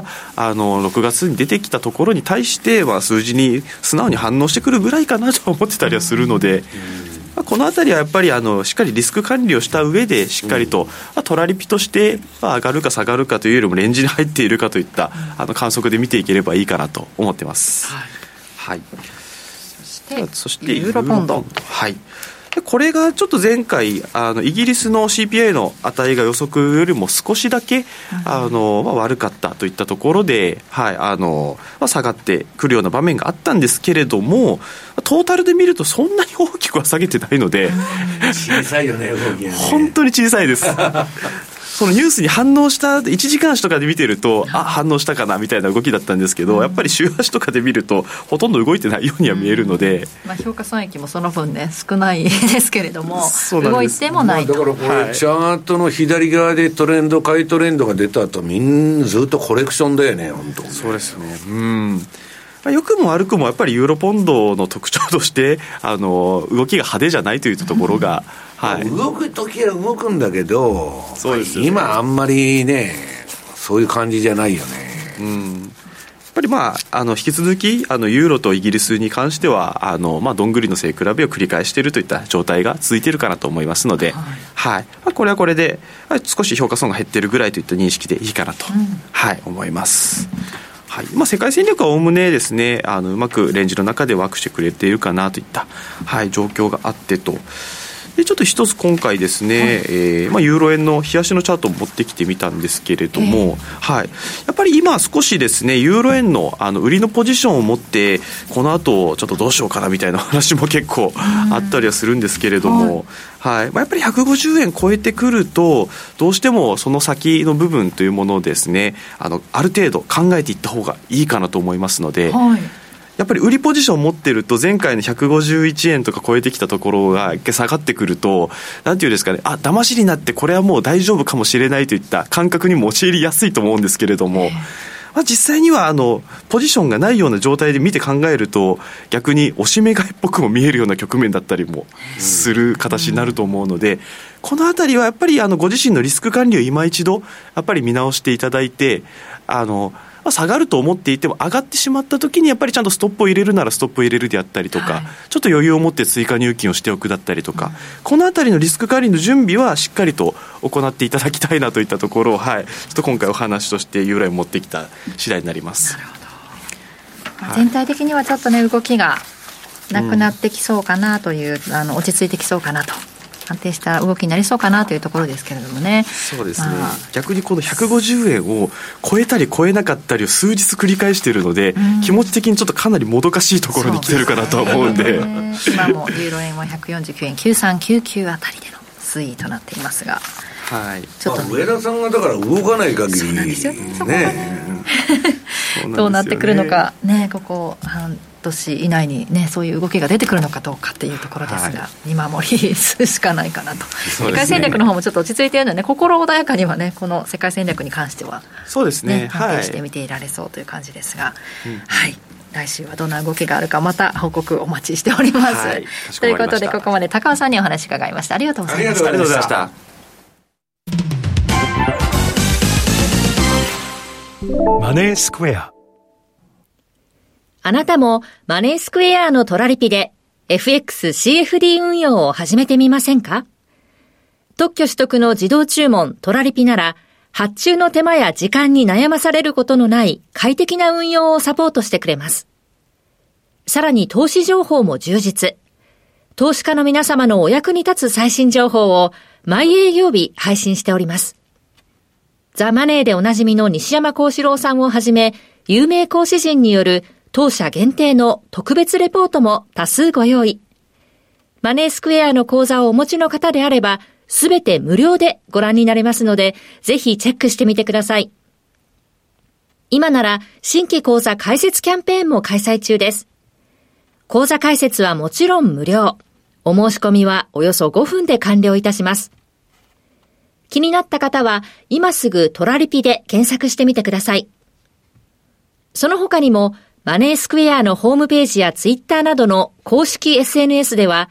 6月に出てきたところに対して数字に素直に反応してくるぐらいかなと思ってたりはするので、このあたりはやっぱりしっかりリスク管理をした上でしっかりとトラリピとして上がるか下がるかというよりもレンジに入っているかといった観測で見ていければいいかなと思ってます。はい、そしてユーロポンド、 はい、これがちょっと前回イギリスの CPI の値が予測よりも少しだけ悪かったといったところで、下がってくるような場面があったんですけれども、トータルで見るとそんなに大きくは下げてないので小さいよね、動きがね。 本当に小さいですそのニュースに反応した1時間足とかで見てると反応したかなみたいな動きだったんですけど、やっぱり週足とかで見るとほとんど動いてないようには見えるので、 評価損益もその分ね少ないですけれども、動いてもないと。 だからこれ、チャートの左側でトレンド買いトレンドが出た後、みんなずっとコレクションだよね、本当。 そうですね。良くも悪くもやっぱりユーロポンドの特徴として動きが派手じゃないといったところが、 動くときは動くんだけど、 そうですよね、 今あんまりねそういう感じじゃないよね。 やっぱり引き続きユーロとイギリスに関してはどんぐりの背比べを繰り返しているといった状態が続いているかなと思いますので、これはこれで少し評価損が減っているぐらいといった認識でいいかなと、思います。世界戦略はおおむねですねうまくレンジの中でワークしてくれているかなといった、状況があってと。でちょっと一つ今回ですね、ユーロ円の日足のチャートを持ってきてみたんですけれども、やっぱり今少しですねユーロ円の売りのポジションを持ってこの後ちょっとどうしようかなみたいな話も結構あったりはするんですけれども、やっぱり150円超えてくるとどうしてもその先の部分というものをですねある程度考えていった方がいいかなと思いますので、やっぱり売りポジションを持ってると前回の151円とか超えてきたところが一回下がってくるとなんていうんですかね、騙しになってこれはもう大丈夫かもしれないといった感覚にも陥りやすいと思うんですけれども、実際にはポジションがないような状態で見て考えると逆に押し目買いっぽくも見えるような局面だったりもする形になると思うので、このあたりはやっぱりご自身のリスク管理を今一度やっぱり見直していただいて下がると思っていても上がってしまった時にやっぱりちゃんとストップを入れるならストップを入れるであったりとか、ちょっと余裕を持って追加入金をしておくだったりとか、このあたりのリスク管理の準備はしっかりと行っていただきたいなといったところを、ちょっと今回お話としてユーロ円持ってきた次第になります。 なるほど。全体的にはちょっとね動きがなくなってきそうかなという、落ち着いてきそうかなと、安定した動きになりそうかなというところですけれどもね。 そうですね、逆にこの150円を超えたり超えなかったりを数日繰り返しているので、気持ち的にちょっとかなりもどかしいところに来てるかなとは思うんで、 今もユーロ円は149円9399あたりでの推移となっていますが、 ちょっと上田さんがだから動かない限りそうなんですよね、そこがねどうなってくるのかね、ここ半年以内にねそういう動きが出てくるのかどうかっていうところですが、見守りするしかないかなと。世界戦略の方もちょっと落ち着いているので、ね、心穏やかにはねこの世界戦略に関してはそうですね、 安定して見ていられそうという感じですが、来週はどんな動きがあるかまた報告お待ちしております、ということでここまで高尾さんにお話伺いました。ありがとうございました。 ありがとうございました。 マネースクエア。 あなたもマネースクエアのトラリピで FXCFD 運用を始めてみませんか？特許取得の自動注文トラリピなら発注の手間や時間に悩まされることのない快適な運用をサポートしてくれます。さらに投資情報も充実。投資家の皆様のお役に立つ最新情報を毎営業日配信しております。ザ・マネーでおなじみの西山幸四郎さんをはじめ、有名講師陣による当社限定の特別レポートも多数ご用意。マネースクエアの講座をお持ちの方であれば、すべて無料でご覧になれますので、ぜひチェックしてみてください。今なら新規講座開設キャンペーンも開催中です。講座開設はもちろん無料。お申し込みはおよそ5分で完了いたします。気になった方は今すぐトラリピで検索してみてください。その他にもマネースクエアのホームページやツイッターなどの公式 SNS では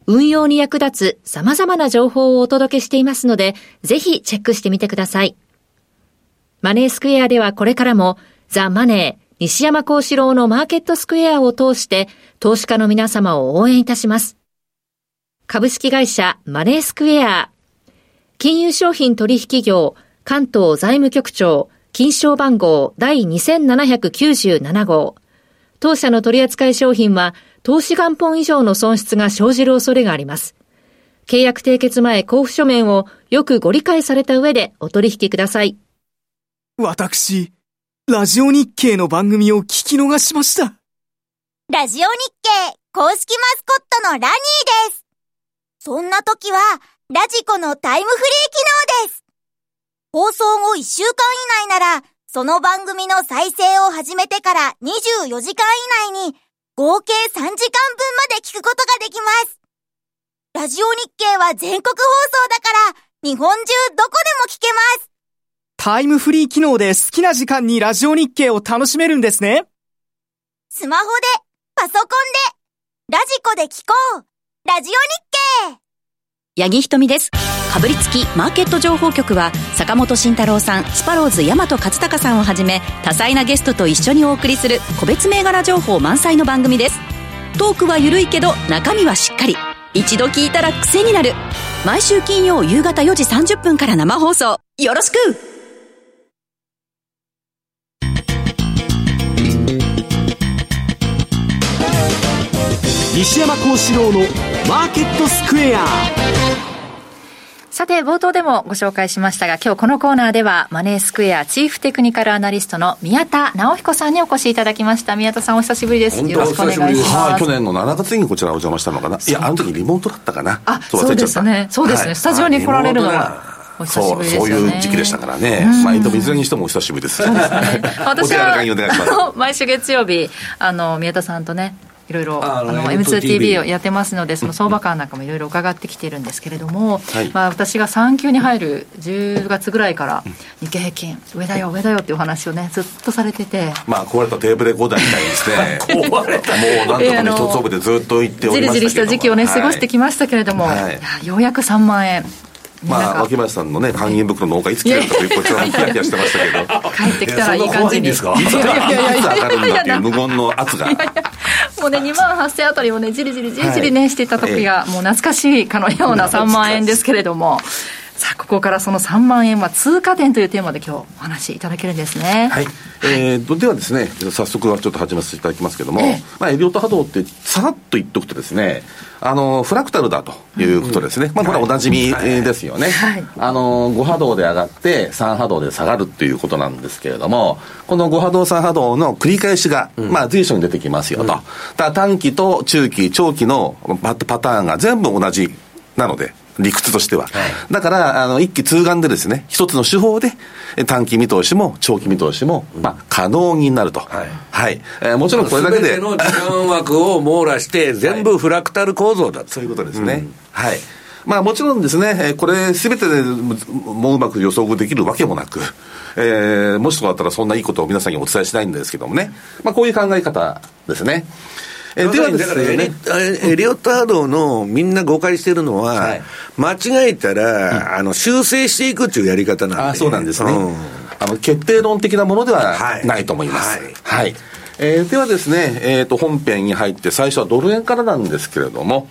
運用に役立つ様々な情報をお届けしていますので、ぜひチェックしてみてください。マネースクエアではこれからもザ・マネー、西山幸四郎のマーケットスクエアを通して投資家の皆様を応援いたします。株式会社マネースクエア、金融商品取引業関東財務局長金賞番号第2797号。当社の取扱商品は投資元本以上の損失が生じる恐れがあります。契約締結前交付書面をよくご理解された上でお取引ください。 私、ラジオ日経の番組を聞き逃しました。 ラジオ日経公式マスコットのラニーです。そんな時はラジコのタイムフリー機能です。放送後1週間以内ならその番組の再生を始めてから24時間以内に合計3時間分まで聞くことができます。ラジオ日経は全国放送だから日本中どこでも聞けます。 タイムフリー機能で好きな時間にラジオ日経を楽しめるんですね。 スマホで、パソコンで、ラジコで聞こう。ラジオ日経。 八木ひとみです。かぶりつきマーケット情報局は坂本慎太郎さん、スパローズ大和勝孝さんをはじめ多彩なゲストと一緒にお送りする個別銘柄情報満載の番組です。トークは緩いけど中身はしっかり、一度聞いたら癖になる。毎週金曜夕方4時30分から生放送、よろしく。 西山幸四郎のマーケットスクエア。 さて冒頭でもご紹介しましたが、今日このコーナーではマネースクエアチーフテクニカルアナリストの宮田直彦さんにお越しいただきました。宮田さんお久しぶりです。よろしくお願いします。 去年の7月にこちらお邪魔したのかな。いや、あの時リモートだったかな。 そうですね。そうですね、はい、スタジオに来られるのはお久しぶりですよね。 そういう時期でしたからね。いずれにしてもお久しぶりです。 そうですね。私は毎週月曜日宮田さんとね、いろいろM2TV をやってますので、その相場感なんかもいろいろ伺ってきているんですけれども、私が3級に入る10月ぐらいから日経平均上だよ上だよっていうお話をねずっとされてて、 壊れたテープレコーダーみたいですね。壊れたもうなんとかね一つオブでずっと言っておりましたけど、じりじりした時期をね過ごしてきましたけれども、ようやく3万円。 脇林さんのね勧誘袋の方がいつ切れるかというこちらもヒヤヒヤしてましたけど、 帰ってきたらいい感じに。いつ上がるんだっていう無言の圧が。 もうね2万8000あたりをねじりじりねしていた時がもう懐かしいかのような3万円ですけれども、さあここからその3万円は通過点というテーマで今日お話しいただけるんですね。 はい。ではですね、早速はちょっと始めさせていただきますけども、エリオット波動ってさらっと言っておくとですね、フラクタルだということですね。これはおなじみですよね。5波動で上がって3波動で下がるっていうことなんですけれども、この5波動3波動の繰り返しが、随所に出てきますよと。だから短期と中期長期のパターンが全部同じなので、理屈としては、だから一気通貫でですね、一つの手法で短期見通しも長期見通しも、可能になると。もちろんこれだけで全ての時間枠を網羅して全部フラクタル構造だと、 そういうことですね。もちろんですね、これ全てでもううまく予測できるわけもなく、もしそうだったらそんないいことを皆さんにお伝えしないんですけどもね、こういう考え方ですね。 ではですね、エリオット波動のみんな誤解しているのは、間違えたら、修正していくというやり方なんで。 そうなんですね。決定論的なものではないと思います。ではですね、本編に入って最初はドル円からなんですけれども、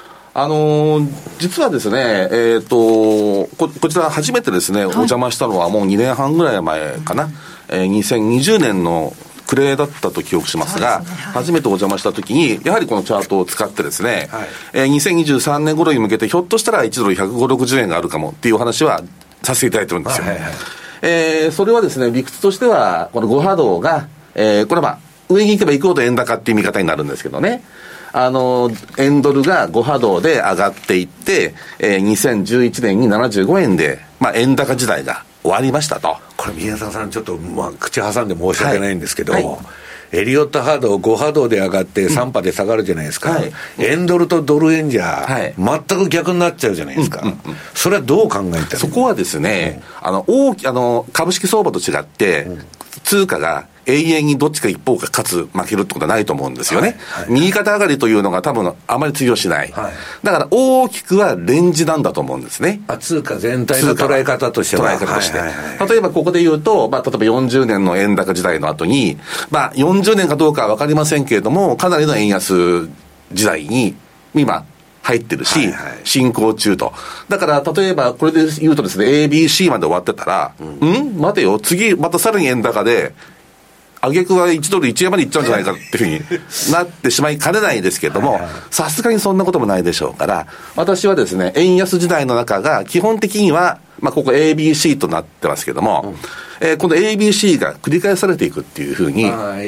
実はですね、こちら初めてですね、お邪魔したのはもう2年半ぐらい前かな。2020年の暮れだったと記憶しますが、初めてお邪魔したときにやはりこのチャートを使ってですね、2023年頃に向けてひょっとしたら1ドル150、60円があるかもっていうお話はさせていただいてるんですよ。それはですね、理屈としてはこの5波動が、これは上に行けば行くほど円高っていう見方になるんですけどね、円ドルが5波動で上がっていって、2011年に75円で、円高時代が終わりましたと。 これ宮沢さんちょっと、口挟んで申し訳ないんですけど、エリオット波動5波動で上がって3波で下がるじゃないですか、円ドルとドル円じゃ、全く逆になっちゃうじゃないですか、それはどう考えたら。 そこはですね、株式相場と違って、通貨が永遠にどっちか一方が勝つ、負けるってことはないと思うんですよね。右肩上がりというのが多分あまり通用しない。だから大きくはレンジなんだと思うんですね。 通貨全体の捉え方としては。 捉え方として。例えばここで言うと、例えば40年の円高時代の後に、40年かどうかは分かりませんけれども、かなりの円安時代に、今、入ってるし、進行中と。だから、例えば、これで言うとですね、ABC まで終わってたら、待てよ、次、またさらに円高で、挙句は1ドル1円までいっちゃうんじゃないかっていうふうになってしまいかねないですけれども、さすがにそんなこともないでしょうから、私はですね、円安時代の中が、基本的には、ここ ABC となってますけども、この ABC が繰り返されていくっていうふうに、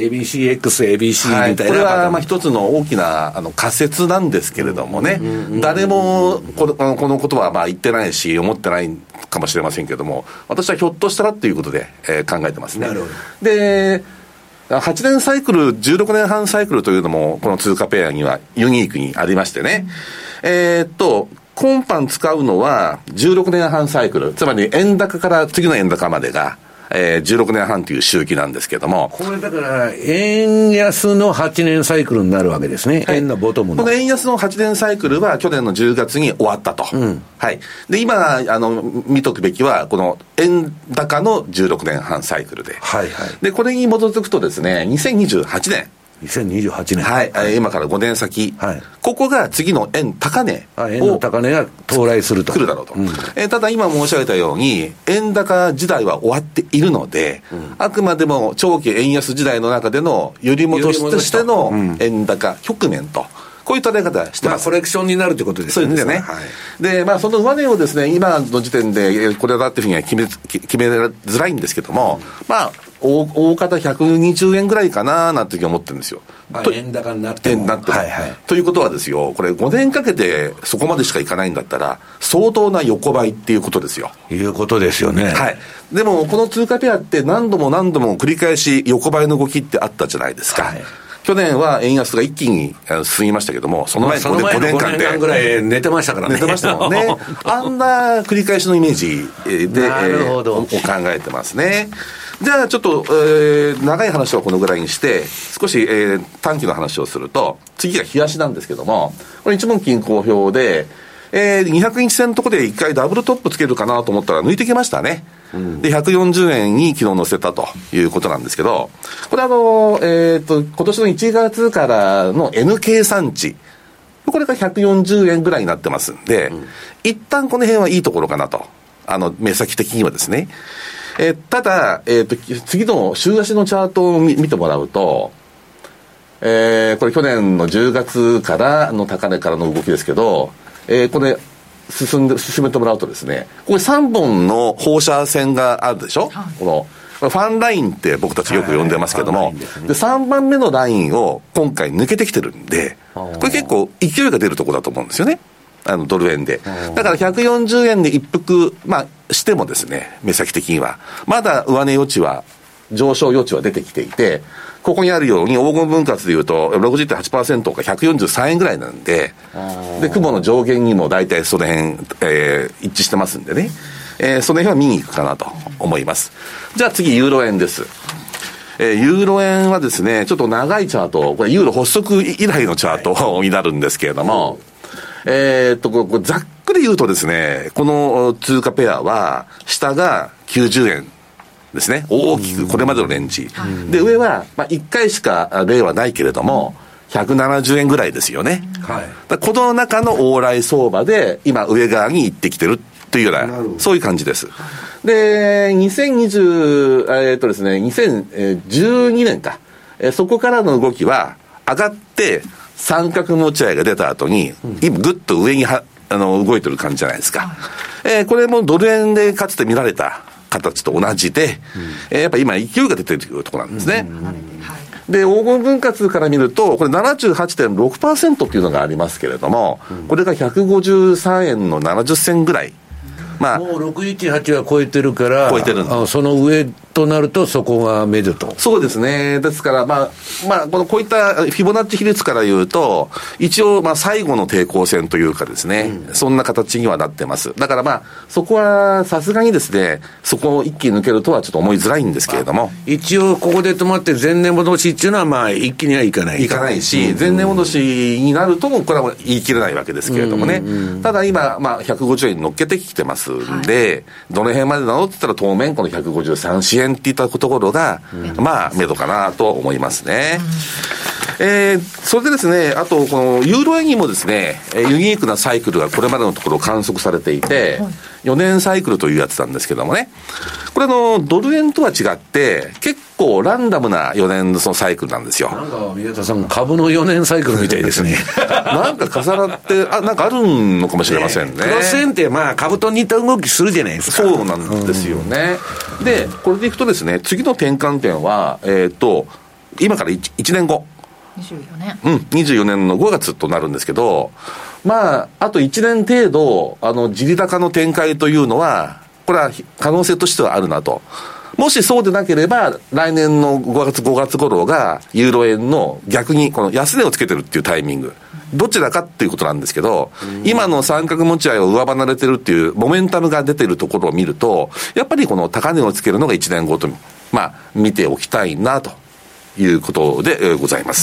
ABCX、ABC みたいな、 これは一つの大きな仮説なんですけれどもね、誰もこのことは言ってないし、思ってないかもしれませんけれども、私はひょっとしたらっていうことで、考えてますね。で、8年サイクル、16年半サイクルというのも、この通貨ペアにはユニークにありましてね、今般使うのは16年半サイクル、つまり円高から次の円高までが、16年半という周期なんですけども、 これだから円安の8年サイクルになるわけですね、円のボトムの。 この円安の8年サイクルは去年の10月に終わったと、で今見とくべきはこの円高の16年半サイクルで、でこれに基づくとですね、2028年、今から5年先、ここが次の円高値円の高値が到来すると。 来るだろうと。ただ今申し上げたように、円高時代は終わっているので、あくまでも長期円安時代の中でのより戻しとしての円高局面と。こういう捉え方してます。 コレクションになるということですね。 そうですね。で、その上値をですね、今の時点でこれだっていうふうには決めづらいんですけども、大方120円ぐらいかななんていうふうに思ってるんですよ。 円高になっても。 ということはですよ、これ5年かけてそこまでしかいかないんだったら、相当な横ばいっていうことですよ。 いうことですよね。 でも、この通貨ペアって何度も何度も繰り返し横ばいの動きってあったじゃないですか。去年は円安が一気に進みましたけども、その前の5年間で 5年間ぐらい寝てましたからね。 寝てましたもんね。あんな繰り返しのイメージで考えてますね。じゃあちょっと、長い話はこのぐらいにして、少し、短期の話をすると、次が冷やしなんですけども、これ一問金好評で、200日線のところで一回ダブルトップつけるかなと思ったら抜いてきましたね。で、140円に昨日乗せたということなんですけど、これ今年の1月からの N 計算値、これが140円ぐらいになってますんで、一旦この辺はいいところかなと。目先的にはですね。ただ、次の週足のチャートを見てもらうと、これ去年の10月からの高値からの動きですけど、これ進めてもらうとですね、これ3本の放射線があるでしょ、このファンラインって僕たちよく呼んでますけども、で3番目のラインを今回抜けてきてるんで、これ結構勢いが出るところだと思うんですよね、ドル円で。だから140円で一服、してもですね、目先的にはまだ上値余地は、上昇余地は出てきていて、ここにあるように黄金分割でいうと 60.8% が143円ぐらいなんで、で雲の上限にも大体その辺、一致してますんでね、その辺は見に行くかなと思います。じゃあ次ユーロ円です。ユーロ円はですね、ちょっと長いチャート、これユーロ発足以来のチャートになるんですけれども、ざっくり言うとですね、この通貨ペアは下が90円ですね、大きくこれまでのレンジ、で上は、1回しか例はないけれども170円ぐらいですよね、だこの中の往来相場で今上側に行ってきてるというようなそういう感じです。で2012年か、そこからの動きは上がって三角持ち合いが出た後に、今ぐっと上に動いてる感じじゃないですか、これもドル円でかつて見られた形と同じで、やっぱり今勢いが出てるというところなんですね、で黄金分割から見るとこれ 78.6% っていうのがありますけれども、これが153円の70銭ぐらい、 もう618は超えてるから、 超えてるその上となるとそこがメドと。 そうですね。ですから、こういったフィボナッチ比率から言うと、一応、最後の抵抗線というかですね、そんな形にはなってます。だからそこはさすがにですね、そこを一気に抜けるとはちょっと思いづらいんですけれども。 一応、ここで止まって前年戻しっていうのは、一気にはいかない。 いかないし、前年戻しになるとも、これは言い切れないわけですけれどもね。ただ今、150円に乗っけてきてますんで、どの辺までなのって言ったら、当面この153支援っていったところが、目処かなと思いますね。それでですね、あと、このユーロ円にもですね、ユニークなサイクルがこれまでのところ観測されていて、4年サイクルというやつなんですけどもね、これドル円とは違って、結構ランダムな4年のそのサイクルなんですよ。 なんか、宮田さん、株の4年サイクルみたいですね。 なんか重なって、なんかあるのかもしれませんね。 クロス円って、株と似た動きするじゃないですか。 そうなんですよね。で、これでいくとですね、次の転換点は、今から 1年後。 24年。 24年の5月となるんですけど、あと1年程度、地利高の展開というのは、これは可能性としてはあるなと。もしそうでなければ、来年の5月頃が、ユーロ円の逆に、この安値をつけてるっていうタイミング。どちらかっていうことなんですけど、今の三角持ち合いを上離れてるっていう、モメンタムが出てるところを見ると、やっぱりこの高値をつけるのが1年後と、見ておきたいなということでございます。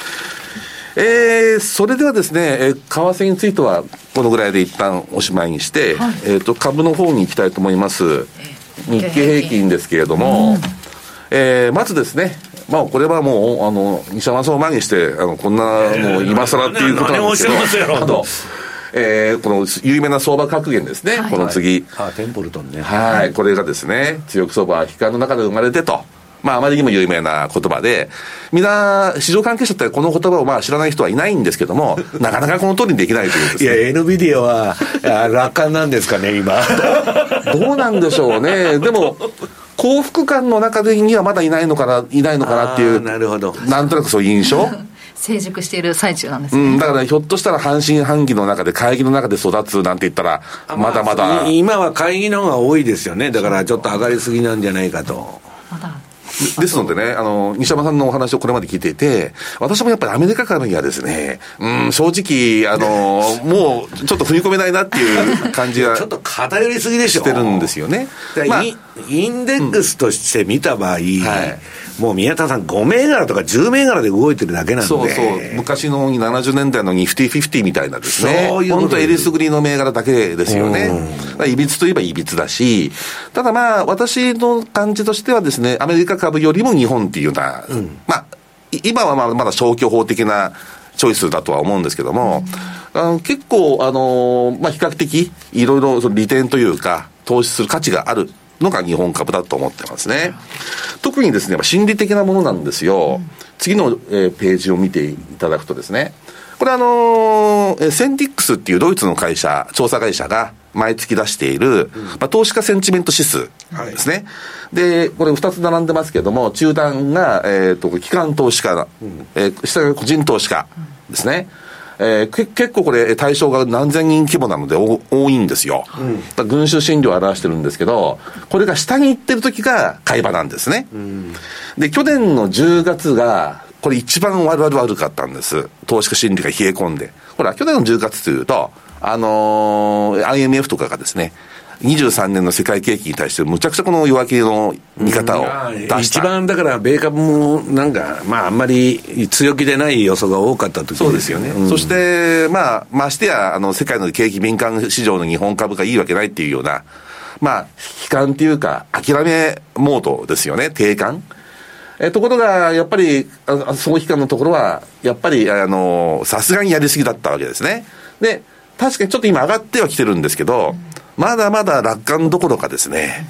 それではですね、為替についてはこのぐらいで一旦おしまいにして、株の方に行きたいと思います。日経平均ですけれども、まずですね、これはもう、西山さんを前にして、こんなもう今更っていうことなんですけど、この有名な相場格言ですね、この次。 テンポルトンね。 はい、これがですね、強気相場は悲観の中で生まれてと。あまりにも有名な言葉で、みんな、市場関係者ってこの言葉を知らない人はいないんですけども、なかなかこの通りにできないというですね。 いや、NVIDIA は、楽観なんですかね、今。 どうなんでしょうね。でも、幸福感の中にはまだいないのかなっていう、 なるほど。 なんとなくそういう印象。 成熟している最中なんですね。 だからひょっとしたら半信半疑の中で会議の中で育つなんて言ったら、まだまだ。 今は会議の方が多いですよね。だからちょっと上がりすぎなんじゃないかと。 ですのでね、西山さんのお話をこれまで聞いていて、私もやっぱりアメリカからにはですね、正直、もうちょっと踏み込めないなっていう感じがちょっと偏りすぎでしょ。 してるんですよね。 インデックスとして見た場合、もう宮田さん5銘柄とか10銘柄で動いてるだけなんで。 そうそう。昔の70年代のニフティ50みたいなですね。本当エリスグリの銘柄だけですよね。いびつといえばいびつだし、ただ私の感じとしてはですね、アメリカ株よりも日本っていうような、今はまだ消去法的なチョイスだとは思うんですけども、結構、比較的いろいろ利点というか、投資する価値があるのが日本株だと思ってますね。特にですね、心理的なものなんですよ。次の、ページを見ていただくとですね、これセンティックスっていうドイツの会社、調査会社が毎月出している、投資家センチメント指数ですね。で、これ2つ並んでますけども、中段が、機関投資家、下が個人投資家ですね。結構これ対象が何千人規模なので多いんですよ。群衆心理を表してるんですけど、これが下に行ってる時が買い場なんですね。で、去年の10月が、これ一番悪かったんです。投資家心理が冷え込んで。ほら、去年の10月というと、IMF とかがですね、23年の世界景気に対してむちゃくちゃこの弱気の見方を出した。 一番だから米株もなんかあんまり強気でない予想が多かった時ですよね。 そうですよね。そしてましてや世界の景気敏感市場の日本株がいいわけないっていうような悲観っていうか諦めモードですよね。低感。ところがやっぱりその期間のところはやっぱりさすがにやりすぎだったわけですね。で確かにちょっと今上がってはきてるんですけど、まだまだ楽観どころかですね、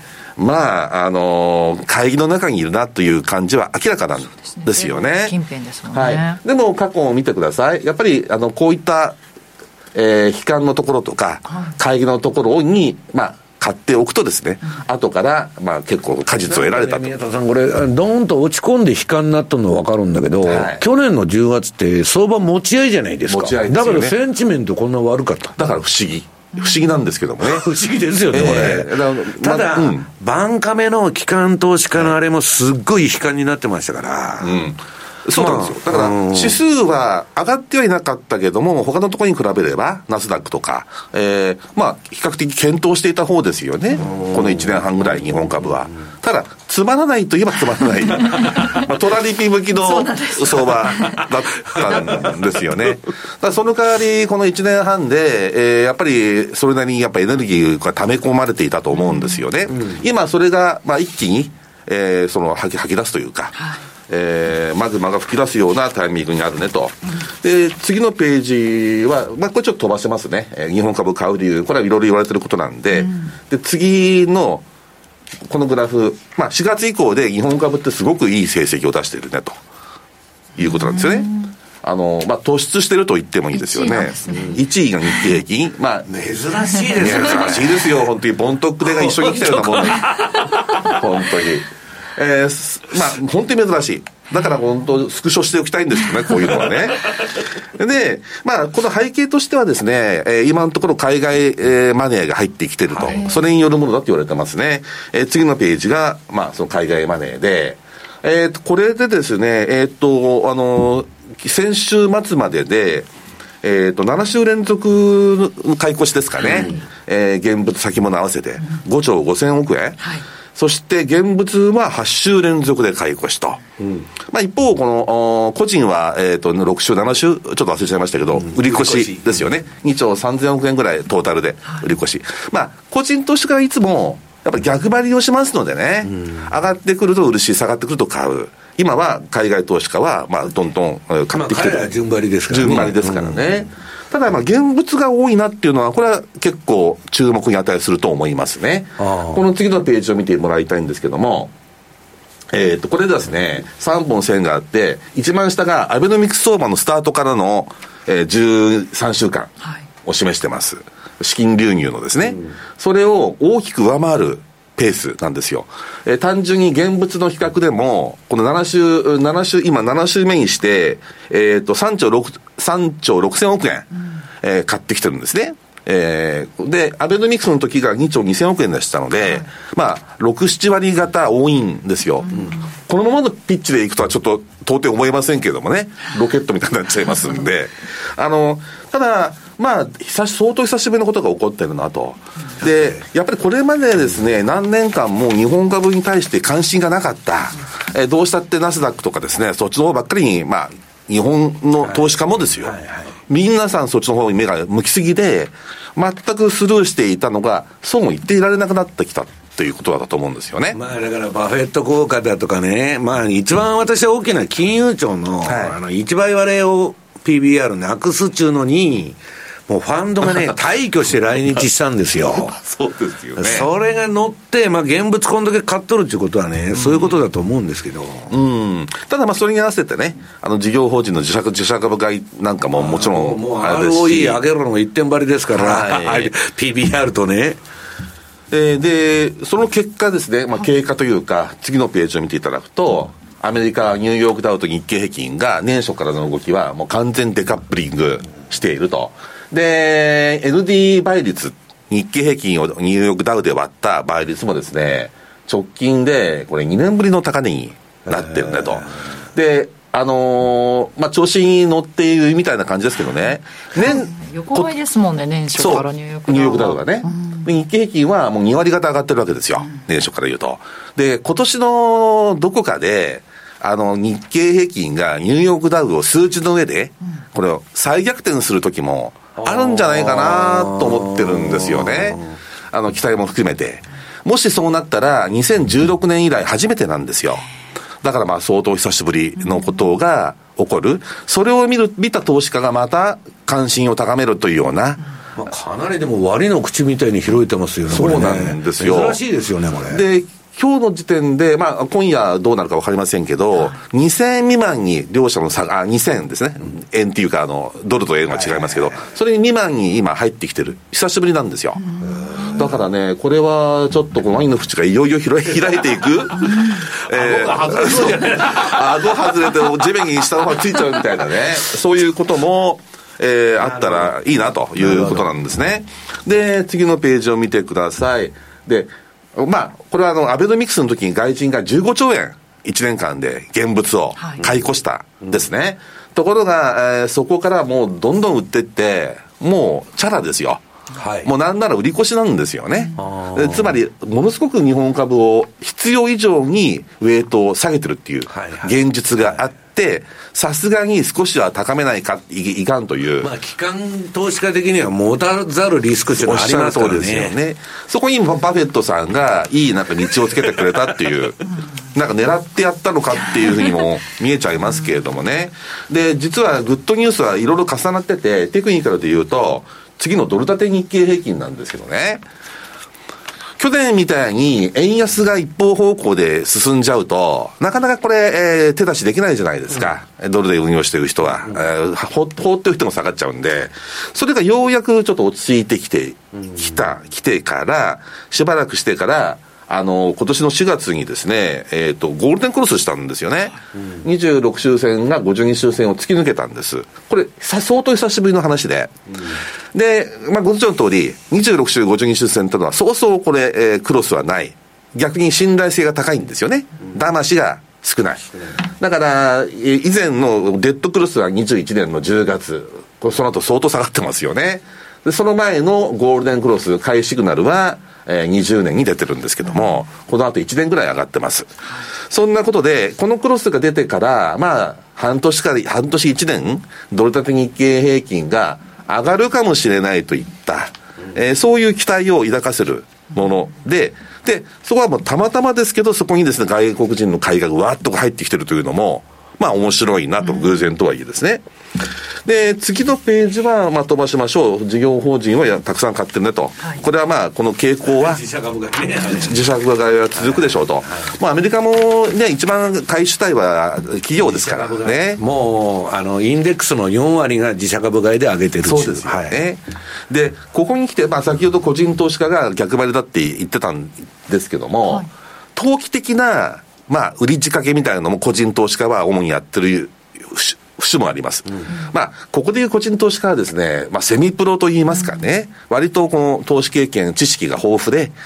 会議の中にいるなという感じは明らかなんですよね。 近辺ですもんね。 でも過去を見てください。やっぱりこういった、悲観のところとか、会議のところに買っておくとですね、後から結構果実を得られたと。 宮田さんこれドーンと落ち込んで悲観になったのは分かるんだけど、去年の10月って相場持ち合いじゃないですか。 持ち合いですよね。 だからセンチメントこんな悪かった。 だから不思議。 不思議なんですけどもね。 不思議ですよね、これ。ただ、バンカメの機関投資家のあれもすっごい悲観になってましたから。 そうなんですよ。だから、指数は上がってはいなかったけども、他のところに比べれば、ナスダックとか、まあ、比較的検討していた方ですよね。この1年半ぐらい、日本株は。ただ、つまらないといえばつまらない。まあ、トラリピ向きの相場だったんですよね。だからその代わり、この1年半で、やっぱり、それなりにやっぱエネルギーが溜め込まれていたと思うんですよね。今、それが、まあ、一気に、その吐き出すというか、マグマが吹き出すようなタイミングにあるねと。で、次のページは、まあ、これちょっと飛ばせますね。日本株買う理由。これはいろいろ言われてることなんで、で、次の、このグラフ、まあ、4月以降で日本株ってすごくいい成績を出しているね、ということなんですよね。まあ、突出してると言ってもいいですよね。1位が日経平均。まあ、 珍しいですね。 珍しいですよ、本当に。ボントックデが一緒に来たようなもんで。本当に。まあ、本当に珍しい。だから本当、スクショしておきたいんですよね、こういうのはね。で、まあ、この背景としてはですね、今のところ海外、マネーが入ってきてると。それによるものだと言われてますね。次のページが、まあ、その海外マネーで、これでですね、先週末までで、7週連続買い越しですかね。現物先物合わせて5兆5000億円。そして現物は8週連続で買い越しと。まあ一方、この、個人は、6週、7週、ちょっと忘れちゃいましたけど、売り越しですよね。2兆3000億円ぐらいトータルで売り越し。まあ、個人としてはいつも、やっぱり逆張りをしますのでね、上がってくると売るし、下がってくると買う。今は海外投資家は、まあ、どんどん買ってきてる。 彼ら順張りですからね。 順張りですからね。ただ、まあ、現物が多いなっていうのは、これは結構注目に値すると思いますね。この次のページを見てもらいたいんですけども、これですね、3本線があって、一番下がアベノミクス相場のスタートからの、13週間を示してます。資金流入のですね。それを大きく上回るペースなんですよ。単純に現物の比較でも、この今7週目にして、3兆6000億円、買ってきてるんですね。で、アベノミクスの時が2兆2000億円でしたので、まあ、6、7割方多いんですよ。このままのピッチでいくとはちょっと到底思えませんけどもね、ロケットみたいになっちゃいますんで、ただ、まあ、相当久しぶりのことが起こってるなと。で、やっぱりこれまでですね、何年間も日本株に対して関心がなかった。どうしたってナスダックとかですね、そっちの方ばっかりに、まあ、日本の投資家もですよ。皆さんそっちの方に目が向きすぎで、全くスルーしていたのが、そうも言っていられなくなってきたということだと思うんですよね。 まあだからバフェット効果だとかね、まあ一番私は大きな金融庁の、1倍割れを PBR なくすっちゅうのに、もうファンドがね、大挙して来日したんですよ。 そうですよね。 それが乗って、まあ現物こんだけ買っとるっていうことはね、そういうことだと思うんですけど。 ただまあそれに合わせてね、事業法人の自社株買いなんかももちろんもう ROE 上げるのが一点張りですから、PBR とね。 で、その結果ですね、まあ経過というか、次のページを見ていただくと、アメリカ、ニューヨークダウと日経平均が年初からの動きはもう完全デカップリングしていると。で、ND 倍率、日経平均をニューヨークダウで割った倍率もですね、直近で、これ2年ぶりの高値になってるねと。で、まあ、調子に乗っているみたいな感じですけどね。 横ばいですもんね、年初からニューヨークダウ。 ニューヨークダウがね。日経平均はもう2割方上がってるわけですよ。年初から言うと。で、今年のどこかで、日経平均がニューヨークダウを数値の上で、これを再逆転する時も、あるんじゃないかなと思ってるんですよね。期待も含めて。もしそうなったら、2016年以来初めてなんですよ。だからまあ相当久しぶりのことが起こる。それを見た投資家がまた関心を高めるというような。 まあ、かなりでも割の口みたいに広いてますよね。 そうなんですよ。 珍しいですよね、これ。 で、今日の時点で、まあ、今夜どうなるか分かりませんけど、2000円未満に両者の差が、2000円ですね。円っていうか、ドルと円は違いますけど、それに未満に今入ってきてる。久しぶりなんですよ。だからね、これはちょっとワインの縁がいよいよ開いていく。顎外れて地面に下の方がついちゃうみたいなね。そういうことも、 あったらいいなということなんですね。で、次のページを見てください。で、まあ、これはアベノミクスの時に外人が15兆円1年間で現物を買い越したんですね。ところが、そこからもうどんどん売っていって、もうチャラですよ。はい、もうなんなら売り越しなんですよね。つまりものすごく日本株を必要以上にウェイトを下げてるっていう現実があって、さすがに少しは高めないか いかんという、 まあ、機関投資家的には持たざるリスクというのはありますからね。 ですよね。そこにバフェットさんがいいなんか道をつけてくれたっていうなんか狙ってやったのかっていうふうにも見えちゃいますけれどもね。で、実はグッドニュースはいろいろ重なってて、テクニカルで言うと次のドル建て日経平均なんですけどね、去年みたいに円安が一方方向で進んじゃうと、なかなかこれ、手出しできないじゃないですか。ドルで運用している人は。放ってる人も下がっちゃうんで、それがようやくちょっと落ち着いてきてから、しばらくしてから、今年の4月にですね、ゴールデンクロスしたんですよね。26周線が52周線を突き抜けたんです。これ、相当久しぶりの話で。で、まあ、ご存知の通り、26周52周線というのは、そうそうこれ、クロスはない。逆に信頼性が高いんですよね。騙しが少ない。だから、以前のデッドクロスは21年の10月。その後相当下がってますよね。で、その前のゴールデンクロス、買いシグナルは、20年に出てるんですけども、この後1年ぐらい上がってます。そんなことで、このクロスが出てから、まあ、半年1年、ドル建て日経平均が上がるかもしれないといった、そういう期待を抱かせるもので、そこはもうたまたまですけど、そこにですね、外国人の買いがわーっと入ってきてるというのも、まあ面白いなと、偶然とはいえですね。で、次のページは、まあ、飛ばしましょう。事業法人はたくさん買ってるねと。はい、これはまあ、この傾向は、自社株買いは続くでしょうと。はい、まあ、アメリカもね、一番買い主体は企業ですからね。 もう、インデックスの4割が自社株買いで上げてる。 そうですはい。で、ここに来て、まあ、先ほど個人投資家が逆張りだって言ってたんですけども、はい、投機的な、まあ、売り仕掛けみたいなのも個人投資家は主にやってる節もあります。まあ、ここでいう個人投資家はですね、まあ、セミプロと言いますかね、割とこの投資経験、知識が豊富で、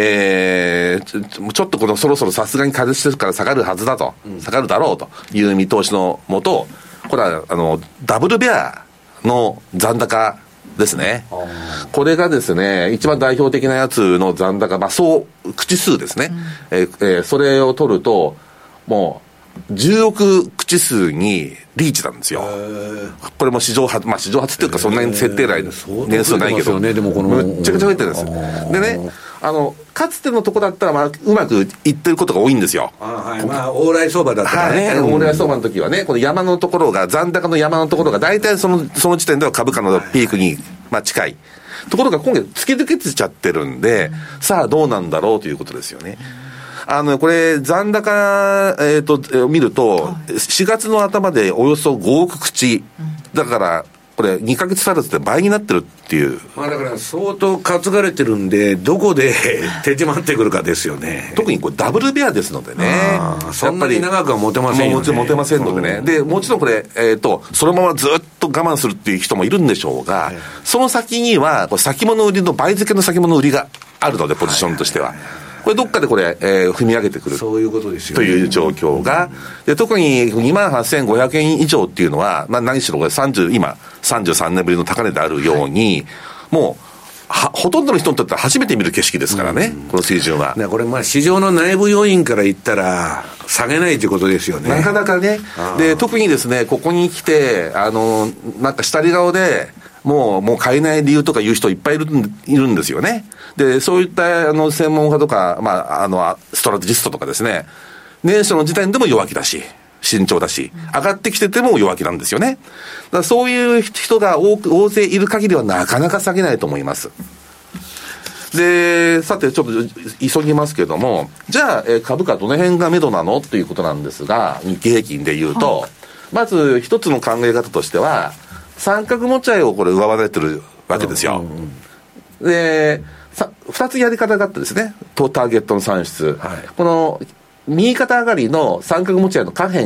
ちょっとこのそろそろさすがに風邪してるから下がるはずだと、下がるだろうという見通しのもと、これは、ダブルベアの残高ですね。これがですね、一番代表的なやつの残高、まあ、口数ですね。それを取ると、もう、10億口数にリーチなんですよ。これも史上初、まあ史上初っていうかそんなに設定来年数ないけど、むっちゃくちゃ増えてるんです。でね、かつてのとこだったらまあうまくいってることが多いんですよ。 はい、まあ往来相場だったからね。 往来相場の時はね、この山のところが、残高の山のところが大体その時点では株価のピークにまあ近い。ところが今月突き抜けてちゃってるんで、さあどうなんだろうということですよね。これ、残高、見ると、4月の頭でおよそ5億口。だから、これ、2ヶ月足らずで倍になってるっていう。 まあだから、相当担がれてるんで、どこで手締まってくるかですよね。 特にこれ、ダブルベアですのでね。 そんなに長くは持てませんよね。 もちろん持てませんのでね。で、もちろんこれ、そのままずっと我慢するっていう人もいるんでしょうが、その先には、これ先物売りの倍付けの先物売りがあるので、ポジションとしては。これどっかでこれ、踏み上げてくる。 そういうことですよね。という状況が。で、特に 28,500 円以上っていうのは、まあ何しろこれ今、33年ぶりの高値であるように、もう、ほとんどの人にとっては初めて見る景色ですからね、この水準は。 これまあ市場の内部要因から言ったら、下げないということですよね。 なかなかね。で、特にですね、ここに来て、なんか下り顔で、もう買えない理由とか言う人いっぱいいるんですよね。で、そういった専門家とか、まあ、ストラテジストとかですね、年初の時点でも弱気だし、慎重だし、上がってきてても弱気なんですよね。だからそういう人が大勢いる限りはなかなか下げないと思います。で、さてちょっと急ぎますけども、じゃあ、株価どの辺が目処なのということなんですが、日経平均で言うと、まず一つの考え方としては、三角持ち合いをこれ上回れてるわけですよ。で、二つやり方があってですね、ターゲットの算出。この、右肩上がりの三角持ち合いの下辺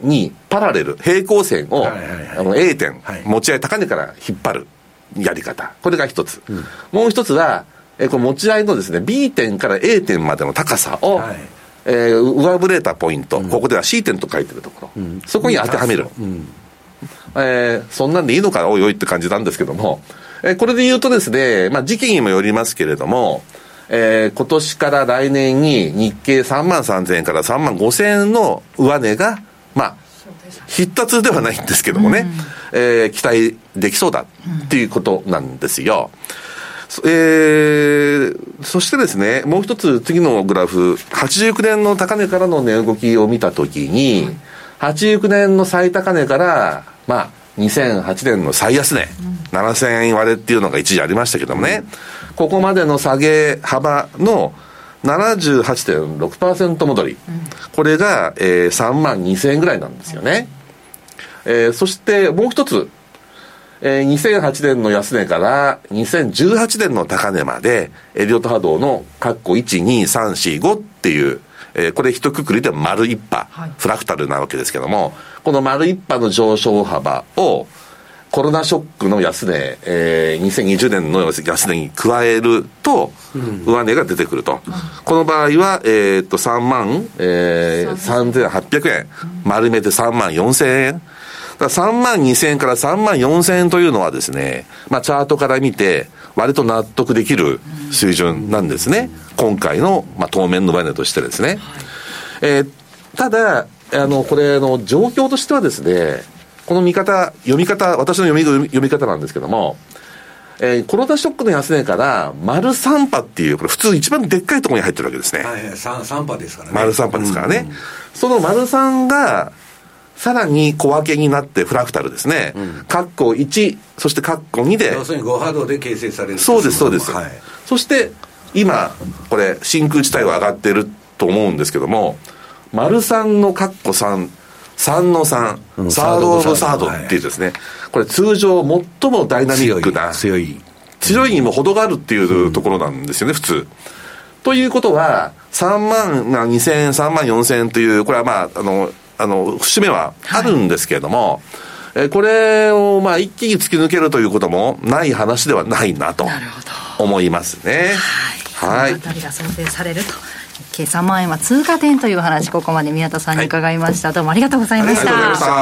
にパラレル、平行線を、A 点、持ち合い高値から引っ張るやり方。これが一つ。もう一つは、この持ち合いのですね、B 点から A 点までの高さを、上振れたポイント、ここでは C 点と書いてるところ、そこに当てはめる。そんなんでいいのかおいおいって感じなんですけども、これで言うとですね、時期にもよりますけれども、今年から来年に日経33,000円から35,000円の上値が、必達ではないんですけどもね、期待できそうだっていうことなんですよ。そしてですね、もう一つ次のグラフ、89年の高値からの値動きを見たときに、89年の最高値から、2008年の最安値、7000円割れっていうのが一時ありましたけどもね、ここまでの下げ幅の 78.6% 戻り、これが、32,000円ぐらいなんですよね。そしてもう一つ、2008年の安値から2018年の高値までエリオット波動の括弧1、2、3、4、5っていう、これ一括りで丸一波、フラクタルなわけですけども、この丸一波の上昇幅をコロナショックの安値、2020年の安値に加えると、上値が出てくると。この場合は、33,800円。丸めて34,000円。32,000円から34,000円というのはですね、チャートから見て割と納得できる水準なんですね。今回の、当面の上値としてですね。ただ、これの状況としてはですね、この読み方、私の読み方なんですけども、コロナショックの安値から丸3波っていう、これ普通一番でっかいところに入ってるわけですね。 3波ですからね。 丸3波ですからね。その丸3が、さらに小分けになってフラクタルですね。括弧1、そして括弧2で。 要するに5波動で形成される。 そうです、そうです。そして、今、これ、真空地帯は上がっていると思うんですけども、丸3の括弧3、3の3、サードオブサードっていうですね、これ通常最もダイナミックな、強いにも程があるっていうところなんですよね、普通。ということは、32,000円、34,000円という、これは節目はあるんですけれども、これを一気に突き抜けるということもない話ではないなと思いますね。 はい。そのあたりが想定されると。計3万円は通過点という話、ここまで宮田さんに伺いました。どうもありがとうございました。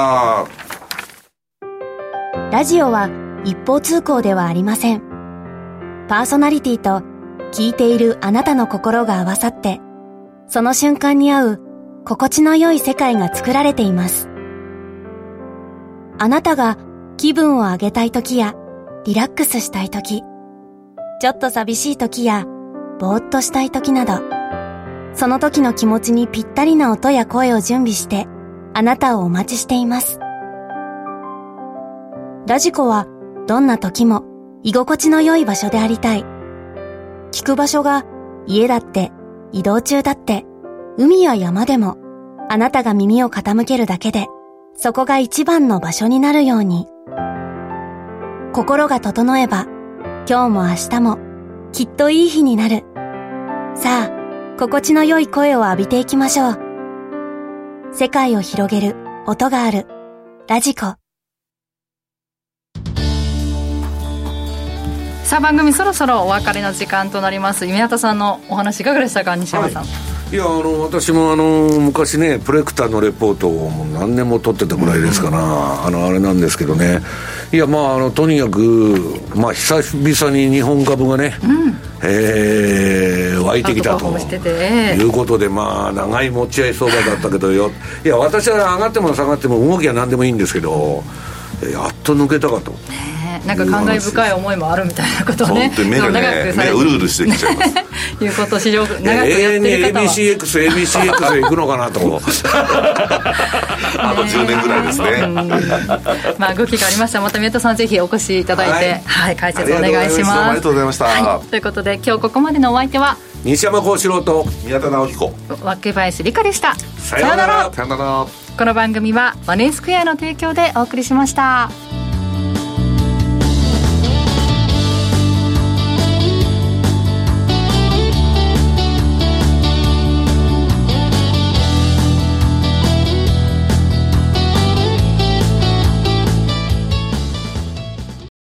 ラジオは一方通行ではありません。パーソナリティと聞いているあなたの心が合わさって、その瞬間に合う心地の良い世界が作られています。あなたが気分を上げたい時やリラックスしたい時、ちょっと寂しい時やぼーっとしたい時など、その時の気持ちにぴったりな音や声を準備してあなたをお待ちしています。ラジコはどんな時も居心地の良い場所でありたい。聞く場所が家だって移動中だって海や山でも、あなたが耳を傾けるだけで、そこが一番の場所になるように。心が整えば、今日も明日も、きっといい日になる。さあ、心地の良い声を浴びていきましょう。世界を広げる音がある。ラジコ。 さあ、番組そろそろお別れの時間となります。宮田さんのお話いかがでしたか、西山さん。 いや、私も昔ね、プレクターのレポートをもう何年も取ってたぐらいですから、あれなんですけどね。いや、とにかく、久々に日本株がね、湧いてきたということで、長い持ち合い相場だったけどよ。いや、私は上がっても下がっても動きは何でもいいんですけど、やっと抜けたかと。 なんか感慨深い思いもあるみたいなことをね、 目がね、目うるうるしてきちゃいますいうこと市場長くやってる方は ABCX へ行くのかなとあと10年ぐらいですね動きがありましたらまた宮田さんぜひお越しいただいて、解説お願いします。 ありがとうございました、 ということで今日ここまでのお相手は西山幸四郎と宮田直彦、 若林理香でした。 さようなら。 この番組はマネースクエアの提供でお送りしました。